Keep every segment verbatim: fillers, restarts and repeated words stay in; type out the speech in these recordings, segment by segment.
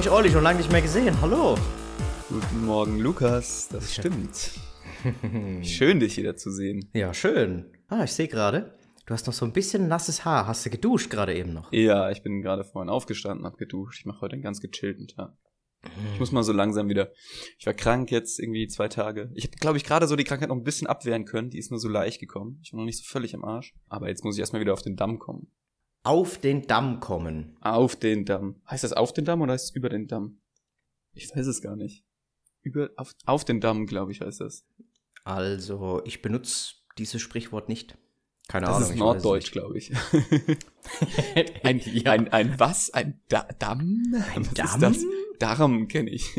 Olli, schon lange nicht mehr gesehen. Hallo. Guten Morgen, Lukas. Das stimmt. Schön, dich wieder zu sehen. Ja, schön. Ah, ich sehe gerade, du hast noch so ein bisschen nasses Haar. Hast du geduscht gerade eben noch? Ja, ich bin gerade vorhin aufgestanden, hab geduscht. Ich mache heute einen ganz gechillten Tag. Ich muss mal so langsam wieder. Ich war krank jetzt irgendwie zwei Tage. Ich habe, glaube ich, gerade so die Krankheit noch ein bisschen abwehren können. Die ist nur so leicht gekommen. Ich war noch nicht so völlig am Arsch. Aber jetzt muss ich erstmal wieder auf den Damm kommen. Auf den Damm kommen. Auf den Damm. Heißt das auf den Damm oder heißt es über den Damm? Ich weiß es gar nicht. Über, auf, auf den Damm, glaube ich, heißt das. Also, ich benutze dieses Sprichwort nicht. Keine das Ahnung. Das ist Norddeutsch, glaube ich. ein, ja. ein, ein was? Ein da- Damm? Ein was Damm? Ist das? Darm kenne ich.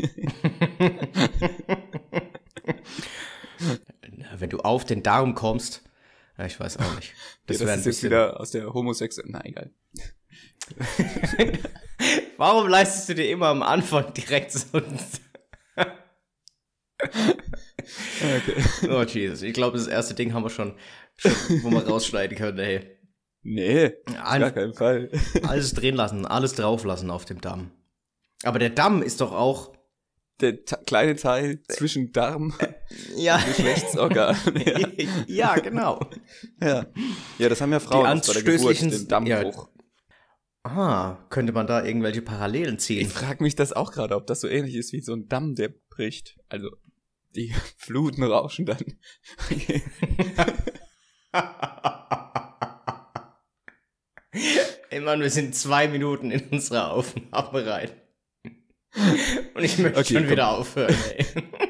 Wenn du auf den Darm kommst, ja, ich weiß auch nicht. Das, ja, das ist jetzt wieder aus der Homosexuellen. Na, egal. Warum leistest du dir immer am Anfang direkt so ein... Okay. Oh, Jesus. Ich glaube, das erste Ding haben wir schon, schon wo wir rausschneiden können, ey. Nee, auf gar keinen Fall. Alles drehen lassen, alles drauf lassen auf dem Damm. Aber der Damm ist doch auch... Der ta- kleine Teil zwischen Darm äh, ja. und Geschlechtsorgan. Ja. Ja, genau. Ja. Ja, das haben ja Frauen die bei der Geburt, den Dammbruch. Ja. Ah, könnte man da irgendwelche Parallelen ziehen? Ich frage mich das auch gerade, ob das so ähnlich ist wie so ein Damm, der bricht. Also, die Fluten rauschen dann. Ey Mann, wir sind zwei Minuten in unserer Aufnahme rein. Und ich möchte okay, schon komm. wieder aufhören, ey.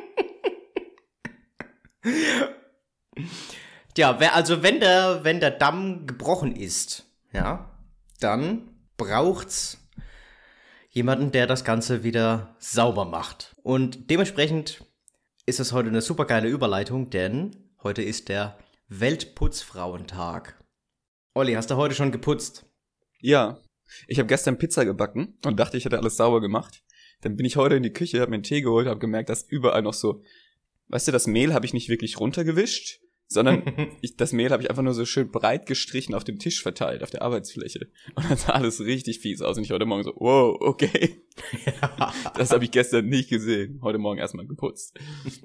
Tja, also wenn der, wenn der Damm gebrochen ist, ja, dann braucht's jemanden, der das Ganze wieder sauber macht. Und dementsprechend ist es heute eine super geile Überleitung, denn heute ist der Weltputzfrauentag. Olli, hast du heute schon geputzt? Ja, ich habe gestern Pizza gebacken und dachte, ich hätte alles sauber gemacht. Dann bin ich heute in die Küche, habe mir einen Tee geholt, habe gemerkt, dass überall noch so, weißt du, das Mehl habe ich nicht wirklich runtergewischt, sondern ich, das Mehl habe ich einfach nur so schön breit gestrichen auf dem Tisch verteilt, auf der Arbeitsfläche. Und dann sah alles richtig fies aus. Und ich heute Morgen so, wow, okay. Ja. Das habe ich gestern nicht gesehen. Heute Morgen erstmal geputzt.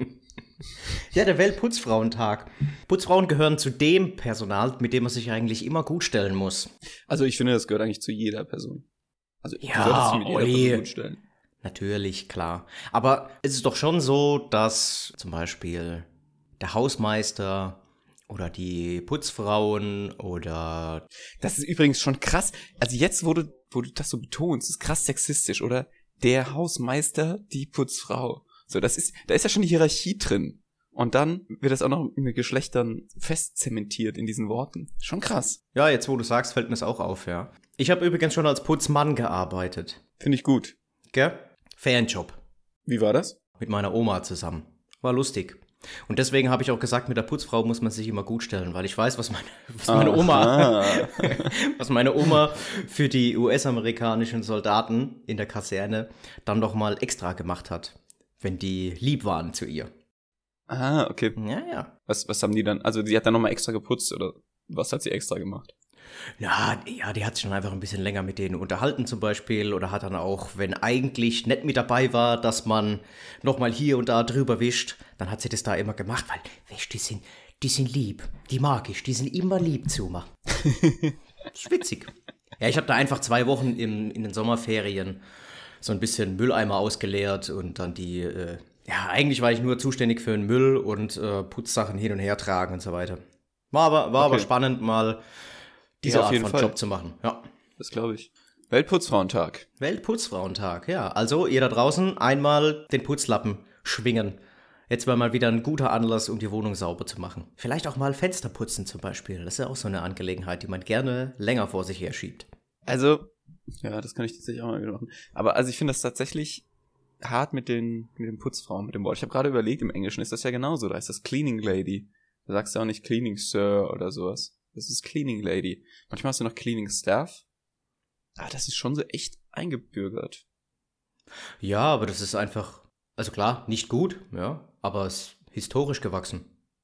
Ja, der Weltputzfrauentag. Putzfrauen gehören zu dem Personal, mit dem man sich eigentlich immer gut stellen muss. Also ich finde, das gehört eigentlich zu jeder Person. Also ja, du solltest dich mit jeder Person gut stellen. Natürlich, klar. Aber es ist doch schon so, dass zum Beispiel der Hausmeister oder die Putzfrauen oder... Das ist übrigens schon krass. Also jetzt, wo du, wo du das so betonst, ist krass sexistisch, oder? Der Hausmeister, die Putzfrau. So, das ist, da ist ja schon die Hierarchie drin. Und dann wird das auch noch mit Geschlechtern festzementiert in diesen Worten. Schon krass. Ja, jetzt wo du sagst, fällt mir das auch auf, ja. Ich habe übrigens schon als Putzmann gearbeitet. Finde ich gut. Gell? Ferienjob. Wie war das? Mit meiner Oma zusammen. War lustig. Und deswegen habe ich auch gesagt, mit der Putzfrau muss man sich immer gut stellen, weil ich weiß, was meine, was meine Oma, was meine Oma für die U S-amerikanischen Soldaten in der Kaserne dann noch mal extra gemacht hat, wenn die lieb waren zu ihr. Ah, okay. Ja, ja. Was, was haben die dann, also sie hat dann nochmal extra geputzt, oder was hat sie extra gemacht? Ja, ja, die hat sich schon einfach ein bisschen länger mit denen unterhalten zum Beispiel oder hat dann auch, wenn eigentlich nicht mit dabei war, dass man nochmal hier und da drüber wischt, dann hat sie das da immer gemacht, weil, weißt, die sind, die sind lieb, die mag ich, die sind immer lieb zu mir. Das ist witzig. Ja, ich habe da einfach zwei Wochen im, in den Sommerferien so ein bisschen Mülleimer ausgeleert und dann die, äh, ja, eigentlich war ich nur zuständig für den Müll und äh, Putzsachen hin und her tragen und so weiter. War aber, war okay. aber spannend, mal diese ja, Art von Fall. Job zu machen. Ja. Das glaube ich. Weltputzfrauentag. Weltputzfrauentag, ja. Also ihr da draußen einmal den Putzlappen schwingen. Jetzt war mal wieder ein guter Anlass, um die Wohnung sauber zu machen. Vielleicht auch mal Fenster putzen zum Beispiel. Das ist ja auch so eine Angelegenheit, die man gerne länger vor sich her schiebt. Also, ja, das kann ich tatsächlich auch mal wieder machen. Aber also ich finde das tatsächlich hart mit den, mit den Putzfrauen, mit dem Wort. Ich habe gerade überlegt, im Englischen ist das ja genauso. Da ist das Cleaning Lady. Da sagst du auch nicht Cleaning Sir oder sowas. Das ist Cleaning Lady. Manchmal hast du noch Cleaning Staff. Ah, das ist schon so echt eingebürgert. Ja, aber das ist einfach, also klar, nicht gut, ja, aber es ist historisch gewachsen.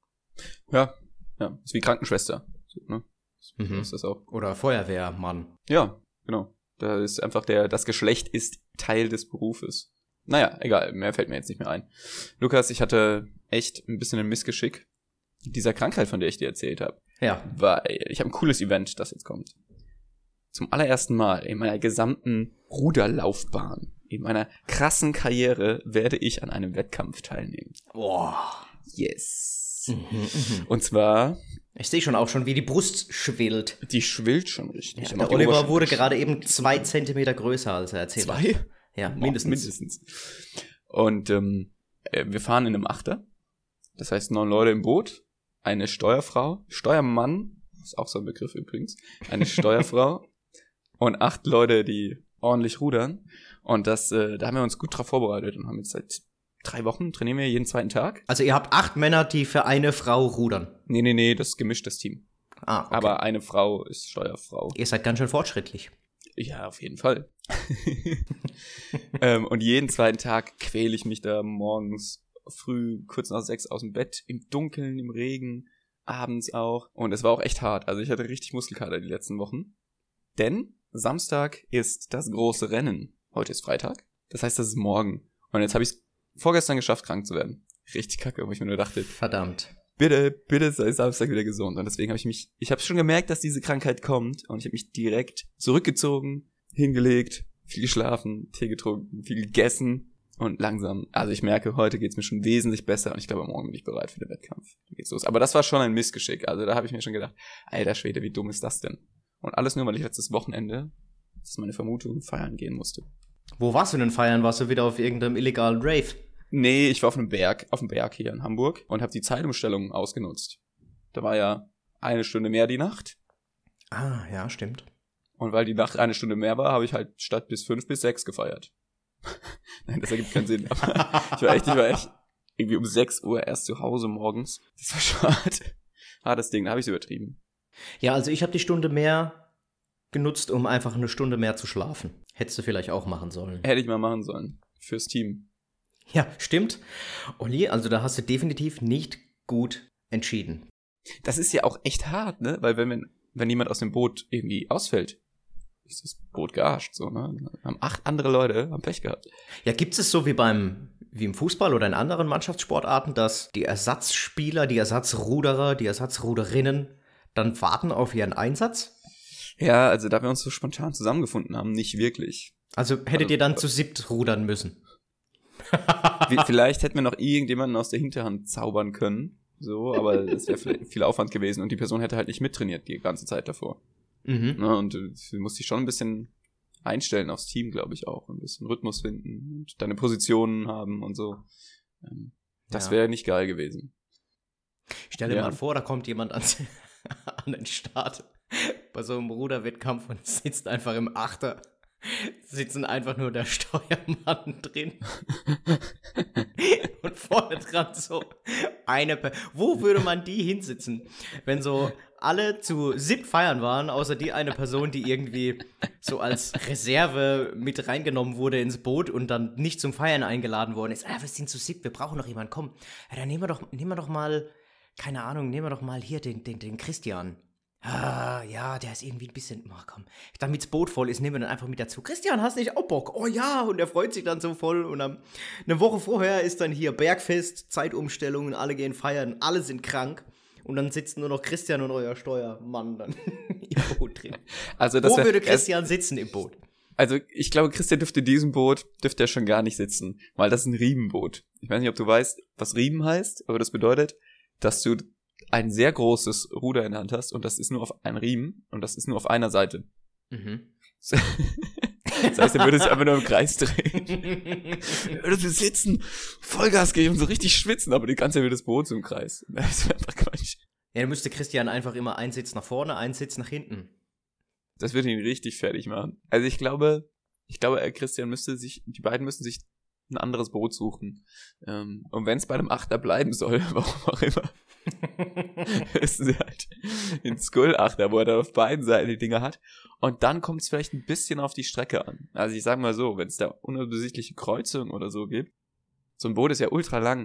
Ja, ja, ist wie Krankenschwester. So, ne? Mhm. Ist das auch. Oder Feuerwehrmann. Ja, genau. Da ist einfach der, das Geschlecht ist Teil des Berufes. Naja, egal, mehr fällt mir jetzt nicht mehr ein. Lukas, ich hatte echt ein bisschen ein Missgeschick dieser Krankheit, von der ich dir erzählt habe. Ja. Weil ich habe ein cooles Event, das jetzt kommt. Zum allerersten Mal in meiner gesamten Ruderlaufbahn, in meiner krassen Karriere, werde ich an einem Wettkampf teilnehmen. Boah. Yes. Mhm, mh. Und zwar... Ich sehe schon auch schon, wie die Brust schwillt. Die schwillt schon richtig. Ja, der Oliver wurde gerade eben zwei Zentimeter größer, als er erzählt hat. Zwei? Ja, mindestens. Oh, mindestens. Und ähm, wir fahren in einem Achter. Das heißt, neun Leute im Boot. Eine Steuerfrau. Steuermann. Ist auch so ein Begriff übrigens. Eine Steuerfrau. Und acht Leute, die ordentlich rudern. Und das, äh, da haben wir uns gut drauf vorbereitet und haben jetzt seit drei Wochen trainieren wir jeden zweiten Tag. Also ihr habt acht Männer, die für eine Frau rudern. Nee, nee, nee, das ist gemischtes Team. Ah, okay. Aber eine Frau ist Steuerfrau. Ihr seid ganz schön fortschrittlich. Ja, auf jeden Fall. ähm, und jeden zweiten Tag quäle ich mich da morgens früh, kurz nach sechs aus dem Bett, im Dunkeln, im Regen, abends auch. Und es war auch echt hart. Also ich hatte richtig Muskelkater die letzten Wochen. Denn Samstag ist das große Rennen. Heute ist Freitag. Das heißt, das ist morgen. Und jetzt habe ich es vorgestern geschafft, krank zu werden. Richtig kacke, wo ich mir nur dachte, verdammt. Bitte, bitte sei Samstag wieder gesund. Und deswegen habe ich mich, ich habe schon gemerkt, dass diese Krankheit kommt. Und ich habe mich direkt zurückgezogen, hingelegt, viel geschlafen, Tee getrunken, viel gegessen. Und langsam, also ich merke, heute geht's mir schon wesentlich besser. Und ich glaube, morgen bin ich bereit für den Wettkampf. Da geht's los. Aber das war schon ein Missgeschick. Also da habe ich mir schon gedacht, alter Schwede, wie dumm ist das denn? Und alles nur, weil ich letztes Wochenende, das ist meine Vermutung, feiern gehen musste. Wo warst du denn feiern? Warst du wieder auf irgendeinem illegalen Rave? Nee, ich war auf einem Berg, auf dem Berg hier in Hamburg und habe die Zeitumstellung ausgenutzt. Da war ja eine Stunde mehr die Nacht. Ah, ja, stimmt. Und weil die Nacht eine Stunde mehr war, habe ich halt statt bis fünf bis sechs gefeiert. Nein, das ergibt keinen Sinn. Aber ich war echt, ich war echt irgendwie um sechs Uhr erst zu Hause morgens. Das war schon hart. Hartes Ding, da habe ich es übertrieben. Ja, also ich habe die Stunde mehr genutzt, um einfach eine Stunde mehr zu schlafen. Hättest du vielleicht auch machen sollen. Hätte ich mal machen sollen. Fürs Team. Ja, stimmt. Olli, also da hast du definitiv nicht gut entschieden. Das ist ja auch echt hart, ne? Weil wenn, wenn jemand aus dem Boot irgendwie ausfällt, ist das Boot gearscht, so, ne? Haben acht andere Leute haben Pech gehabt. Ja, gibt es so wie beim, wie im Fußball oder in anderen Mannschaftssportarten, dass die Ersatzspieler, die Ersatzruderer, die Ersatzruderinnen dann warten auf ihren Einsatz? Ja, also da wir uns so spontan zusammengefunden haben, nicht wirklich. Also hättet also, ihr dann zu siebt rudern müssen? Vielleicht hätten wir noch irgendjemanden aus der Hinterhand zaubern können, so, aber es wäre viel Aufwand gewesen und die Person hätte halt nicht mittrainiert die ganze Zeit davor. Mhm. Ne, und du musst dich schon ein bisschen einstellen aufs Team, glaube ich auch, ein bisschen Rhythmus finden und deine Positionen haben und so. Das ja. wäre nicht geil gewesen. Stell dir ja. mal vor, da kommt jemand an, an den Start bei so einem Ruderwettkampf und sitzt einfach im Achter. Sitzen einfach nur der Steuermann drin. Und vorne dran so eine Person. Wo würde man die hinsitzen? Wenn so alle zu siebt feiern waren, außer die eine Person, die irgendwie so als Reserve mit reingenommen wurde ins Boot und dann nicht zum Feiern eingeladen worden ist. Ah, wir sind zu siebt, wir brauchen noch jemanden. Komm, ja, dann nehmen wir doch, nehmen wir doch mal, keine Ahnung, nehmen wir doch mal hier den, den, den Christian. Ah, ja, der ist irgendwie ein bisschen, oh komm, damit das Boot voll ist, nehmen wir dann einfach mit dazu. Christian, hast nicht auch Bock? Oh ja, und er freut sich dann so voll und dann eine Woche vorher ist dann hier Bergfest, Zeitumstellung, alle gehen feiern, alle sind krank und dann sitzt nur noch Christian und euer Steuermann dann im Boot drin. Also das Wo wär, würde Christian sitzen im Boot? Also ich glaube, Christian dürfte in diesem Boot, dürfte er schon gar nicht sitzen, weil das ist ein Riemenboot. Ich weiß nicht, ob du weißt, was Riemen heißt, aber das bedeutet, dass du ein sehr großes Ruder in der Hand hast und das ist nur auf einem Riemen und das ist nur auf einer Seite. Mhm. Das heißt, er würde sich einfach nur im Kreis drehen. Er würde sitzen, Vollgas geben, so richtig schwitzen, aber die ganze Zeit wird das Boot so im Kreis. Das ist einfach Quatsch. Ja, dann müsste Christian einfach immer einen Sitz nach vorne, einen Sitz nach hinten. Das würde ihn richtig fertig machen. Also ich glaube, ich glaube, Christian müsste sich, die beiden müssten sich ein anderes Boot suchen. Und wenn es bei einem Achter bleiben soll, warum auch immer, ist sie halt den Skull-Achter, wo er dann auf beiden Seiten die Dinger hat. Und dann kommt es vielleicht ein bisschen auf die Strecke an. Also ich sag mal so, wenn es da unübersichtliche Kreuzungen oder so gibt, so ein Boot ist ja ultra lang,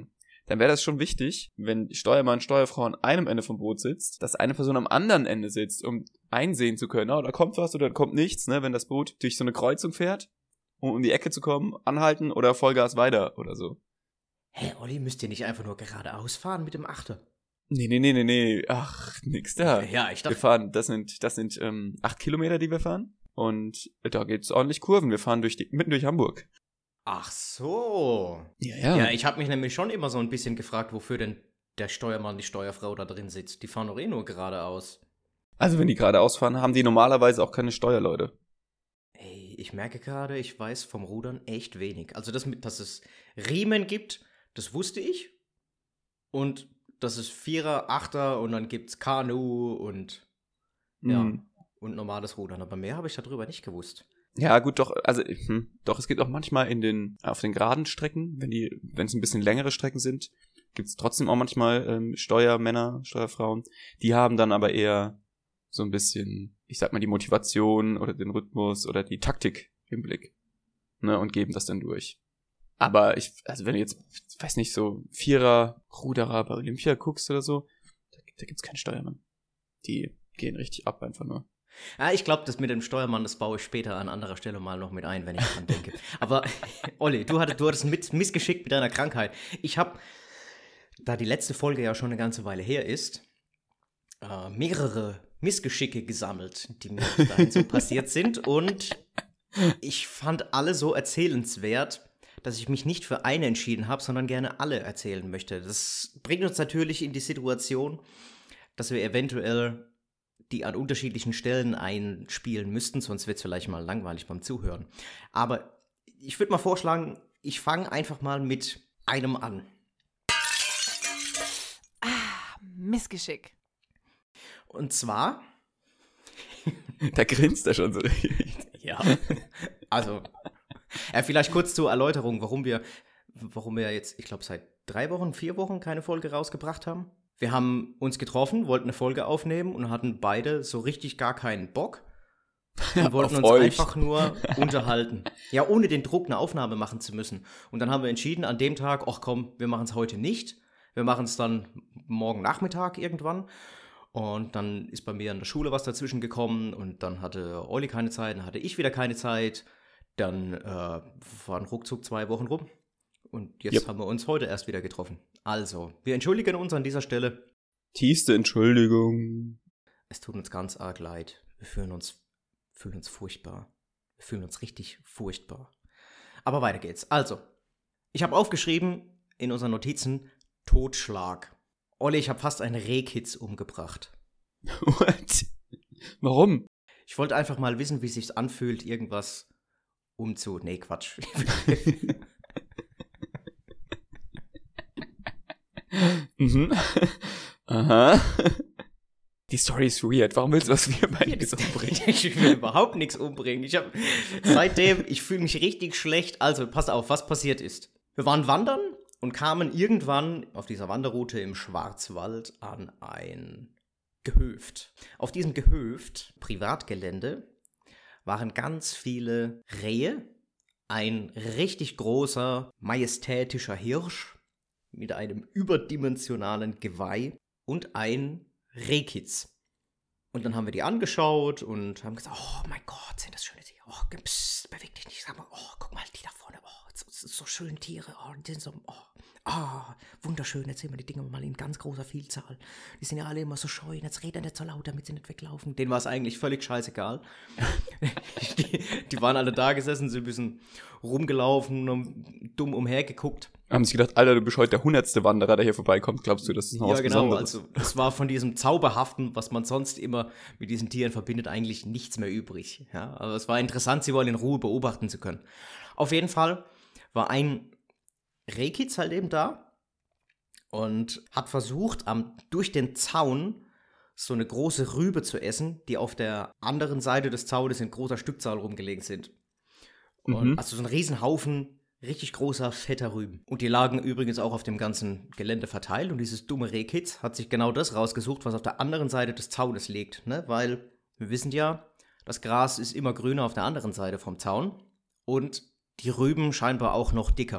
dann wäre das schon wichtig, wenn Steuermann, Steuerfrau an einem Ende vom Boot sitzt, dass eine Person am anderen Ende sitzt, um einsehen zu können, oh, da kommt was oder da kommt nichts, ne, wenn das Boot durch so eine Kreuzung fährt, um um die Ecke zu kommen, anhalten oder Vollgas weiter oder so. Hä, Olli, müsst ihr nicht einfach nur geradeaus fahren mit dem Achter? Nee, nee, nee, nee, nee, ach, nix da. Ja, ich dachte... Wir fahren, das sind, das sind ähm, acht Kilometer, die wir fahren und da geht's ordentlich Kurven. Wir fahren durch die, mitten durch Hamburg. Ach so. Ja, ja. Ja, ich habe mich nämlich schon immer so ein bisschen gefragt, wofür denn der Steuermann, die Steuerfrau da drin sitzt. Die fahren doch eh nur geradeaus. Also wenn die geradeaus fahren, haben die normalerweise auch keine Steuerleute. Ey, ich merke gerade, ich weiß vom Rudern echt wenig. Also, das mit, dass es Riemen gibt, das wusste ich. Und dass es Vierer, Achter und dann gibt's Kanu und ja, Mhm. und normales Rudern. Aber mehr habe ich darüber nicht gewusst. Ja, gut, doch, also, hm, doch, es gibt auch manchmal in den, auf den geraden Strecken, wenn die, wenn es ein bisschen längere Strecken sind, gibt's trotzdem auch manchmal ähm, Steuermänner, Steuerfrauen. Die haben dann aber eher so ein bisschen, ich sag mal, die Motivation oder den Rhythmus oder die Taktik im Blick, ne, und geben das dann durch. Aber ich, also wenn du jetzt, weiß nicht, so Vierer, Ruderer bei Olympia guckst oder so, da, da gibt's keinen Steuermann. Die gehen richtig ab einfach nur. Ja, ich glaube, das mit dem Steuermann, das baue ich später an anderer Stelle mal noch mit ein, wenn ich dran denke. Aber Olli, du hattest, du hattest ein Miss- Missgeschick mit deiner Krankheit. Ich habe, da die letzte Folge ja schon eine ganze Weile her ist, äh, mehrere Missgeschicke gesammelt, die mir bis dahin so passiert sind. Und ich fand alle so erzählenswert, dass ich mich nicht für eine entschieden habe, sondern gerne alle erzählen möchte. Das bringt uns natürlich in die Situation, dass wir eventuell die an unterschiedlichen Stellen einspielen müssten, sonst wird es vielleicht mal langweilig beim Zuhören. Aber ich würde mal vorschlagen, ich fange einfach mal mit einem an. Ah, Missgeschick. Und zwar... Da grinst er schon so richtig. Ja, also... Ja, vielleicht kurz zur Erläuterung, warum wir, warum wir jetzt, ich glaube, seit drei Wochen, vier Wochen keine Folge rausgebracht haben. Wir haben uns getroffen, wollten eine Folge aufnehmen und hatten beide so richtig gar keinen Bock und wollten Auf uns euch. einfach nur unterhalten. Ja, ohne den Druck, eine Aufnahme machen zu müssen. Und dann haben wir entschieden, an dem Tag, ach komm, wir machen es heute nicht. Wir machen es dann morgen Nachmittag irgendwann. Und dann ist bei mir in der Schule was dazwischen gekommen und dann hatte Olli keine Zeit, dann hatte ich wieder keine Zeit. Dann äh, waren ruckzuck zwei Wochen rum und jetzt Yep. haben wir uns heute erst wieder getroffen. Also, wir entschuldigen uns an dieser Stelle. Tiefste Entschuldigung. Es tut uns ganz arg leid. Wir fühlen uns, fühlen uns furchtbar. Wir fühlen uns richtig furchtbar. Aber weiter geht's. Also, ich habe aufgeschrieben in unseren Notizen Totschlag. Olli, ich habe fast einen Rehkitz umgebracht. What? Warum? Ich wollte einfach mal wissen, wie es sich anfühlt, irgendwas umzu... Nee, Quatsch. Mhm. Aha. Die Story ist weird. Warum willst du, was wir beide Das- umbringen? Ich will überhaupt nichts umbringen. Ich habe seitdem, ich fühle mich richtig schlecht. Also, pass auf, was passiert ist. Wir waren wandern und kamen irgendwann auf dieser Wanderroute im Schwarzwald an ein Gehöft. Auf diesem Gehöft, Privatgelände, waren ganz viele Rehe, ein richtig großer, majestätischer Hirsch mit einem überdimensionalen Geweih und ein Rehkitz. Und dann haben wir die angeschaut und haben gesagt, oh mein Gott, sind das schöne Tiere. Oh, psst, beweg dich nicht. Sag mal, oh, guck mal, die da vorne. Oh, so, so, so schöne Tiere. Oh, die sind so, oh, ah, wunderschön. Jetzt sehen wir die Dinger mal in ganz großer Vielzahl. Die sind ja alle immer so scheu. Jetzt redet er nicht so laut, damit sie nicht weglaufen. Denen war es eigentlich völlig scheißegal. die, die waren alle da gesessen, sind ein bisschen rumgelaufen und dumm umhergeguckt. Haben sich gedacht, Alter, du bist heute der hundertste Wanderer, der hier vorbeikommt. Glaubst du, das ist noch Ja, was genau, Besonderes? also es war von diesem Zauberhaften, was man sonst immer mit diesen Tieren verbindet, eigentlich nichts mehr übrig. Ja, aber es war interessant, sie wohl in Ruhe beobachten zu können. Auf jeden Fall war ein Rehkitz halt eben da und hat versucht, am, durch den Zaun so eine große Rübe zu essen, die auf der anderen Seite des Zaunes in großer Stückzahl rumgelegen sind. Und Mhm. also so ein Riesenhaufen richtig großer, fetter Rüben. Und die lagen übrigens auch auf dem ganzen Gelände verteilt. Und dieses dumme Rehkitz hat sich genau das rausgesucht, was auf der anderen Seite des Zaunes liegt. Ne? Weil wir wissen ja, das Gras ist immer grüner auf der anderen Seite vom Zaun. Und die Rüben scheinbar auch noch dicker.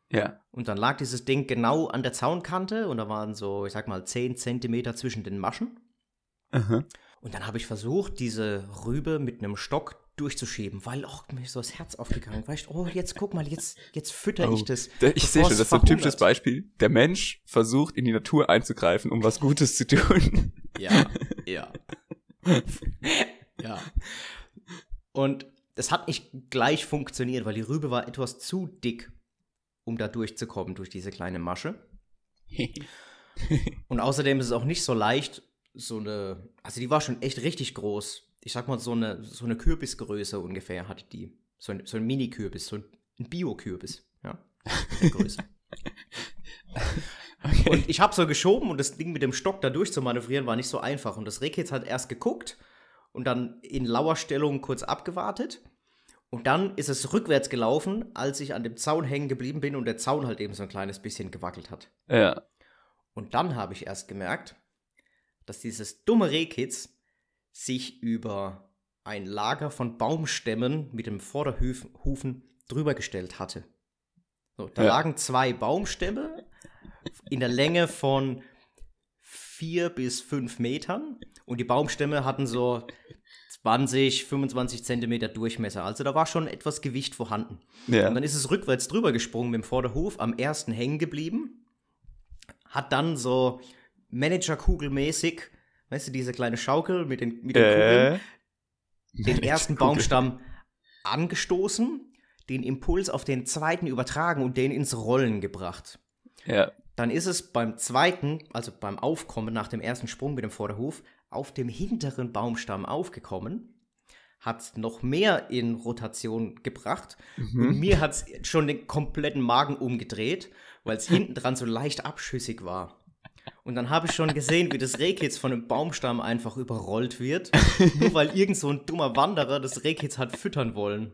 Ja. Und dann lag dieses Ding genau an der Zaunkante und da waren so, ich sag mal, zehn Zentimeter zwischen den Maschen. Aha. Und dann habe ich versucht, diese Rübe mit einem Stock durchzuschieben, weil, oh, mir ist so das Herz aufgegangen. Weißt du, oh, jetzt guck mal, jetzt, jetzt fütter Oh, ich das. da- Ich sehe bevor schon, es das ist so ein typisches verhungert. Beispiel. Der Mensch versucht, in die Natur einzugreifen, um was Gutes zu tun. Ja, ja. Ja. Und das hat nicht gleich funktioniert, weil die Rübe war etwas zu dick, um da durchzukommen, durch diese kleine Masche. Und außerdem ist es auch nicht so leicht, so eine, also die war schon echt richtig groß. Ich sag mal, so eine, so eine Kürbisgröße ungefähr hatte die. So ein, so ein Mini-Kürbis, so ein, ein Bio-Kürbis, ja, der Größe. Okay. Und ich habe so geschoben und das Ding mit dem Stock da durch zu manövrieren war nicht so einfach. Und das Rehkitz hat erst geguckt und dann in Lauerstellung kurz abgewartet. Und dann ist es rückwärts gelaufen, als ich an dem Zaun hängen geblieben bin und der Zaun halt eben so ein kleines bisschen gewackelt hat. Ja. Und Und dann habe ich erst gemerkt, dass dieses dumme Rehkitz sich über ein Lager von Baumstämmen mit dem Vorderhufen drüber gestellt hatte. So, da Ja. lagen zwei Baumstämme in der Länge von vier bis fünf Metern und die Baumstämme hatten so zwanzig, fünfundzwanzig Zentimeter Durchmesser. Also da war schon etwas Gewicht vorhanden. Ja. Und dann ist es rückwärts drüber gesprungen mit dem Vorderhuf, am ersten hängen geblieben, hat dann so Managerkugelmäßig, weißt du, diese kleine Schaukel mit den, mit den Kugeln, Äh, den ersten Kugel. Baumstamm angestoßen, den Impuls auf den zweiten übertragen und den ins Rollen gebracht. Ja. Dann ist es beim zweiten, also beim Aufkommen nach dem ersten Sprung mit dem Vorderhuf, auf dem hinteren Baumstamm aufgekommen, hat noch mehr in Rotation gebracht Mhm. und mir hat es schon den kompletten Magen umgedreht, weil es hinten dran so leicht abschüssig war. Und dann habe ich schon gesehen, wie das Rehkitz von einem Baumstamm einfach überrollt wird, nur weil irgend so ein dummer Wanderer das Rehkitz hat füttern wollen.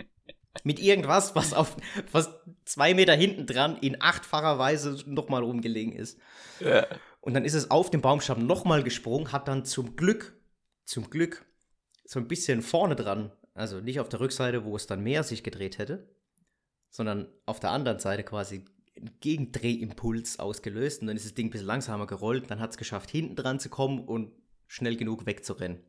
Mit irgendwas, was auf was zwei Meter hinten dran in achtfacher Weise nochmal rumgelegen ist. Ja. Und dann ist es auf den Baumstamm nochmal gesprungen, hat dann zum Glück, zum Glück, so ein bisschen vorne dran, also nicht auf der Rückseite, wo es dann mehr sich gedreht hätte, sondern auf der anderen Seite quasi einen Gegendrehimpuls ausgelöst und dann ist das Ding ein bisschen langsamer gerollt, dann hat es geschafft, hinten dran zu kommen und schnell genug wegzurennen.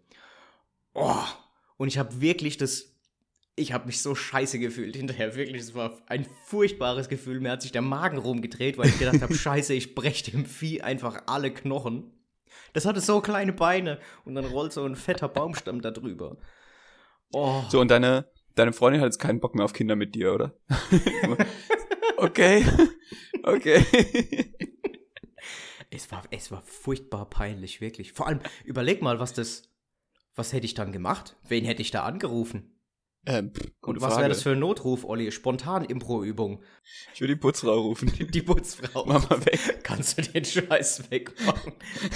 Oh, und ich habe wirklich das, ich habe mich so scheiße gefühlt hinterher, wirklich, es war ein furchtbares Gefühl, mir hat sich der Magen rumgedreht, weil ich gedacht habe, scheiße, ich breche dem Vieh einfach alle Knochen. Das hatte so kleine Beine und dann rollt so ein fetter Baumstamm da drüber. Oh. So, und deine, deine Freundin hat jetzt keinen Bock mehr auf Kinder mit dir, oder? Okay. Okay. Es war, es war furchtbar peinlich, wirklich. Vor allem, überleg mal, was das, was hätte ich dann gemacht? Wen hätte ich da angerufen? Ähm, pff, Und gute was Frage. wäre das für ein Notruf, Olli? Spontan-Impro-Übung. Ich würde die Putzfrau rufen. Die Putzfrau. Mach mal weg. Kannst du den Scheiß wegmachen?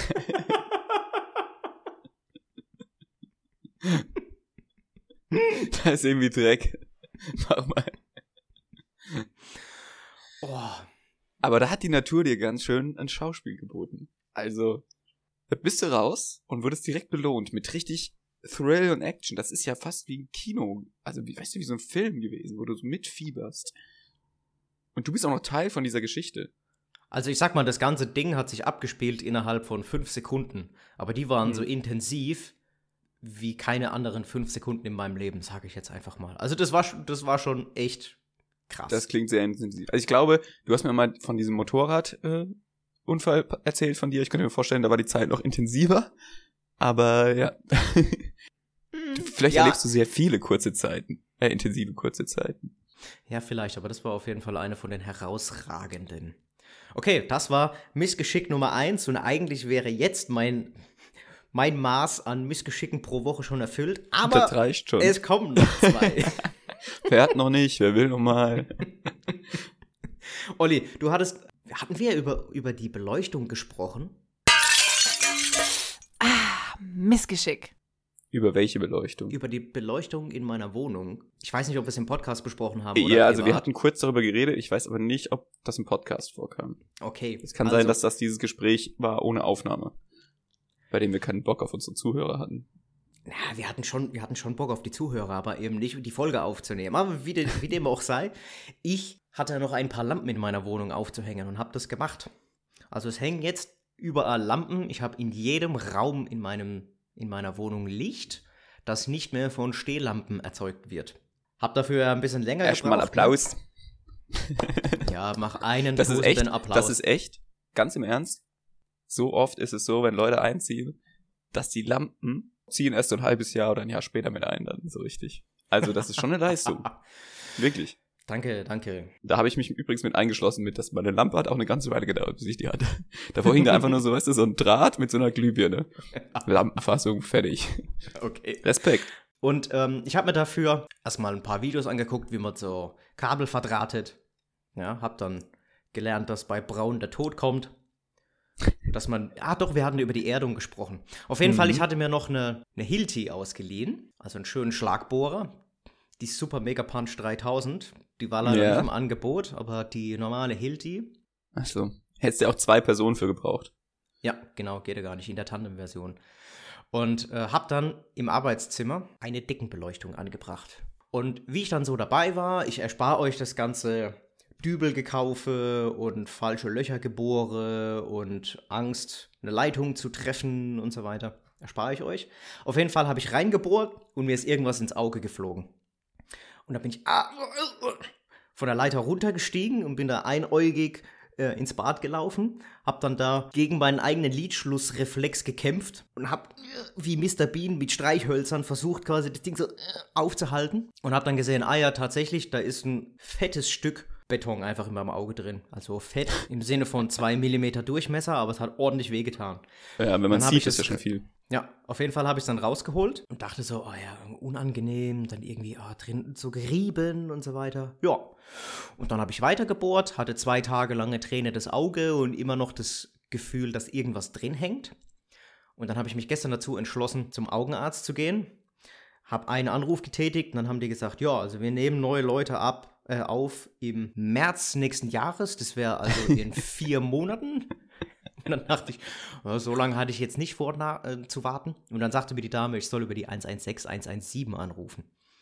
Da ist irgendwie Dreck. Mach mal. Oh. Aber da hat die Natur dir ganz schön ein Schauspiel geboten. Also, da bist du raus und wurdest direkt belohnt mit richtig Thrill und Action. Das ist ja fast wie ein Kino. Also, wie, weißt du, wie so ein Film gewesen, wo du so mitfieberst. Und du bist auch noch Teil von dieser Geschichte. Also ich sag mal, das ganze Ding hat sich abgespielt innerhalb von fünf Sekunden. Aber die waren Mhm. so intensiv wie keine anderen fünf Sekunden in meinem Leben, sage ich jetzt einfach mal. Also das war, sch- das war schon echt krass. Das klingt sehr intensiv. Also ich glaube, du hast mir mal von diesem Motorradunfall äh, Unfall erzählt von dir. Ich könnte mir vorstellen, da war die Zeit noch intensiver. Aber ja. Du- Vielleicht Ja. erlebst du sehr viele kurze Zeiten. Äh, intensive kurze Zeiten. Ja, vielleicht, aber das war auf jeden Fall eine von den herausragenden. Okay, das war Missgeschick Nummer eins und eigentlich wäre jetzt mein, mein Maß an Missgeschicken pro Woche schon erfüllt, aber Das reicht schon. es kommen noch zwei. Wer hat noch nicht? Wer will noch mal? Olli, du hattest, hatten wir über, über die Beleuchtung gesprochen? Missgeschick. Über welche Beleuchtung? Über die Beleuchtung in meiner Wohnung. Ich weiß nicht, ob wir es im Podcast besprochen haben oder Ja, also wir privat. hatten kurz darüber geredet. Ich weiß aber nicht, ob das im Podcast vorkam. Okay. Es kann also, sein, dass das dieses Gespräch war ohne Aufnahme. Bei dem wir keinen Bock auf unsere Zuhörer hatten. Ja, wir hatten schon, wir hatten schon Bock auf die Zuhörer, aber eben nicht die Folge aufzunehmen. Aber wie, de, wie dem auch sei, ich hatte noch ein paar Lampen in meiner Wohnung aufzuhängen und habe das gemacht. Also es hängen jetzt überall Lampen. Ich habe in jedem Raum in, meinem, in meiner Wohnung Licht, das nicht mehr von Stehlampen erzeugt wird. Hab dafür ein bisschen länger gebraucht. Erstmal Applaus. Ja, mach einen das ist echt, Applaus. Das ist echt, ganz im Ernst, so oft ist es so, wenn Leute einziehen, dass die Lampen ziehen erst so ein halbes Jahr oder ein Jahr später mit ein, dann so richtig. Also das ist schon eine Leistung. Wirklich. Danke, danke. Da habe ich mich übrigens mit eingeschlossen, mit, dass meine Lampe hat auch eine ganze Weile gedauert, bis ich die hatte. Davor hing da einfach nur so, weißt du, so ein Draht mit so einer Glühbirne. Lampenfassung, fertig. Okay. Respekt. Und ähm, ich habe mir dafür erstmal ein paar Videos angeguckt, wie man so Kabel verdrahtet. Ja, hab dann gelernt, dass bei Braun der Tod kommt. Dass man, ah doch, wir hatten über die Erdung gesprochen. Auf jeden mhm. Fall, ich hatte mir noch eine, eine Hilti ausgeliehen, also einen schönen Schlagbohrer. Die Super Mega Punch dreitausend, die war leider ja. nicht im Angebot, aber die normale Hilti. Ach so, hättest du auch zwei Personen für gebraucht. Ja, genau, geht ja gar nicht, in der Tandem-Version. Und äh, hab dann im Arbeitszimmer eine Deckenbeleuchtung angebracht. Und wie ich dann so dabei war, ich erspare euch das ganze Dübelgekaufe und falsche Löcher gebohre und Angst, eine Leitung zu treffen und so weiter. Erspare ich euch. Auf jeden Fall habe ich reingebohrt und mir ist irgendwas ins Auge geflogen. Und da bin ich ah, von der Leiter runtergestiegen und bin da einäugig äh, ins Bad gelaufen. Hab dann da gegen meinen eigenen Lidschlussreflex gekämpft und hab wie Mister Bean mit Streichhölzern versucht, quasi das Ding so äh, aufzuhalten. Und hab dann gesehen, ah ja, tatsächlich, da ist ein fettes Stück Beton einfach in meinem Auge drin. Also fett im Sinne von zwei Millimeter Durchmesser, aber es hat ordentlich wehgetan. Ja, wenn man sieht, ist ja schon viel. Ja, auf jeden Fall habe ich es dann rausgeholt und dachte so, oh ja, unangenehm, dann irgendwie oh, drin so gerieben und so weiter. Ja, und dann habe ich weitergebohrt, hatte zwei Tage lange Träne das Auge und immer noch das Gefühl, dass irgendwas drin hängt. Und dann habe ich mich gestern dazu entschlossen, zum Augenarzt zu gehen. Habe einen Anruf getätigt und dann haben die gesagt, ja, also wir nehmen neue Leute ab, äh, auf im März nächsten Jahres. Das wäre also in vier Monaten. Und dann dachte ich, oh, so lange hatte ich jetzt nicht vor, na, äh, zu warten. Und dann sagte mir die Dame, ich soll über die eins eins sechs, eins eins sieben anrufen.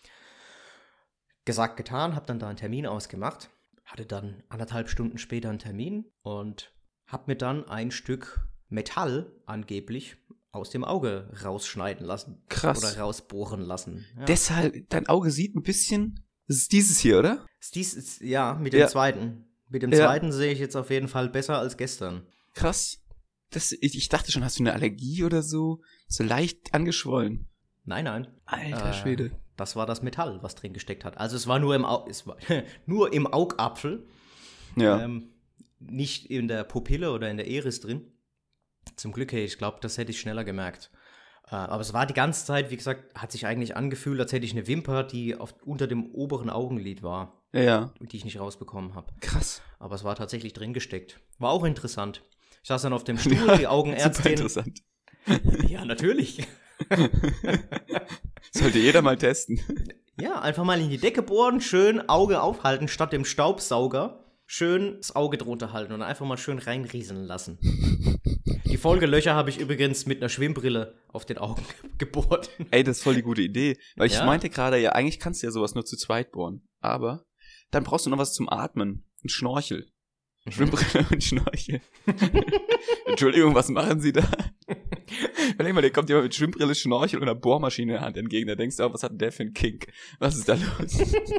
Gesagt, getan, habe dann da einen Termin ausgemacht. Hatte dann anderthalb Stunden später einen Termin und habe mir dann ein Stück Metall angeblich aus dem Auge rausschneiden lassen. Krass. Oder rausbohren lassen. Ja. Deshalb, dein Auge sieht ein bisschen, das ist dieses hier, oder? Dies ist, ja, mit dem ja. zweiten. Mit dem ja. zweiten sehe ich jetzt auf jeden Fall besser als gestern. Krass. Das, ich, ich dachte schon, hast du eine Allergie oder so? So leicht angeschwollen. Nein, nein. Alter äh, Schwede. Das war das Metall, was drin gesteckt hat. Also es war nur im, Au- es war nur im Augapfel. Ja. Ähm, nicht in der Pupille oder in der Iris drin. Zum Glück, hey, ich glaube, das hätte ich schneller gemerkt. Äh, aber es war die ganze Zeit, wie gesagt, hat sich eigentlich angefühlt, als hätte ich eine Wimper, die auf, unter dem oberen Augenlid war. Ja. Die ich nicht rausbekommen habe. Krass. Aber es war tatsächlich drin gesteckt. War auch interessant. Ich saß dann auf dem Stuhl, die Augenärztin. Super interessant. Ja, natürlich. Sollte jeder mal testen. Ja, einfach mal in die Decke bohren, schön Auge aufhalten statt dem Staubsauger. Schön das Auge drunter halten und einfach mal schön reinrieseln lassen. Die Folgelöcher habe ich übrigens mit einer Schwimmbrille auf den Augen gebohrt. Ey, das ist voll die gute Idee. Weil ich Ja. meinte gerade, ja, eigentlich kannst du ja sowas nur zu zweit bohren. Aber dann brauchst du noch was zum Atmen. Ein Schnorchel. Schwimmbrille und Schnorchel. Entschuldigung, was machen Sie da? Überleg mal, der kommt jemand mit Schwimmbrille, Schnorchel und einer Bohrmaschine in der Hand entgegen. Da denkst du auch, was hat denn der für ein Kink? Was ist da los?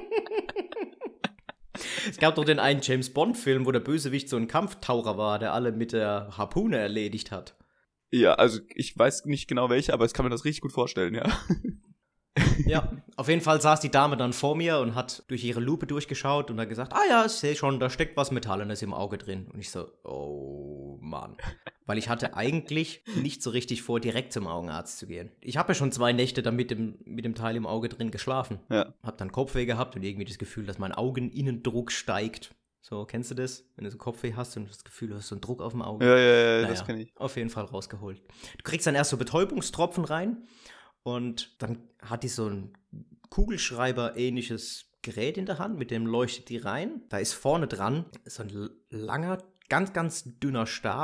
Es gab doch den einen James-Bond-Film, wo der Bösewicht so ein Kampftaucher war, der alle mit der Harpune erledigt hat. Ja, also ich weiß nicht genau welche, aber ich kann mir das richtig gut vorstellen, ja. Ja, auf jeden Fall saß die Dame dann vor mir und hat durch ihre Lupe durchgeschaut und hat gesagt, ah ja, ich sehe schon, da steckt was Metallenes im Auge drin. Und ich so, oh Mann. Weil ich hatte eigentlich nicht so richtig vor, direkt zum Augenarzt zu gehen. Ich habe ja schon zwei Nächte da mit dem, mit dem Teil im Auge drin geschlafen. Ja. Hab dann Kopfweh gehabt und irgendwie das Gefühl, dass mein Augeninnendruck steigt. So, kennst du das? Wenn du so Kopfweh hast und das Gefühl, du hast so einen Druck auf dem Auge. Ja, ja, ja, Naja, das kann ich. auf jeden Fall rausgeholt. Du kriegst dann erst so Betäubungstropfen rein und dann hat die so ein Kugelschreiber-ähnliches Gerät in der Hand, mit dem leuchtet die rein. Da ist vorne dran so ein langer, ganz, ganz dünner Stab,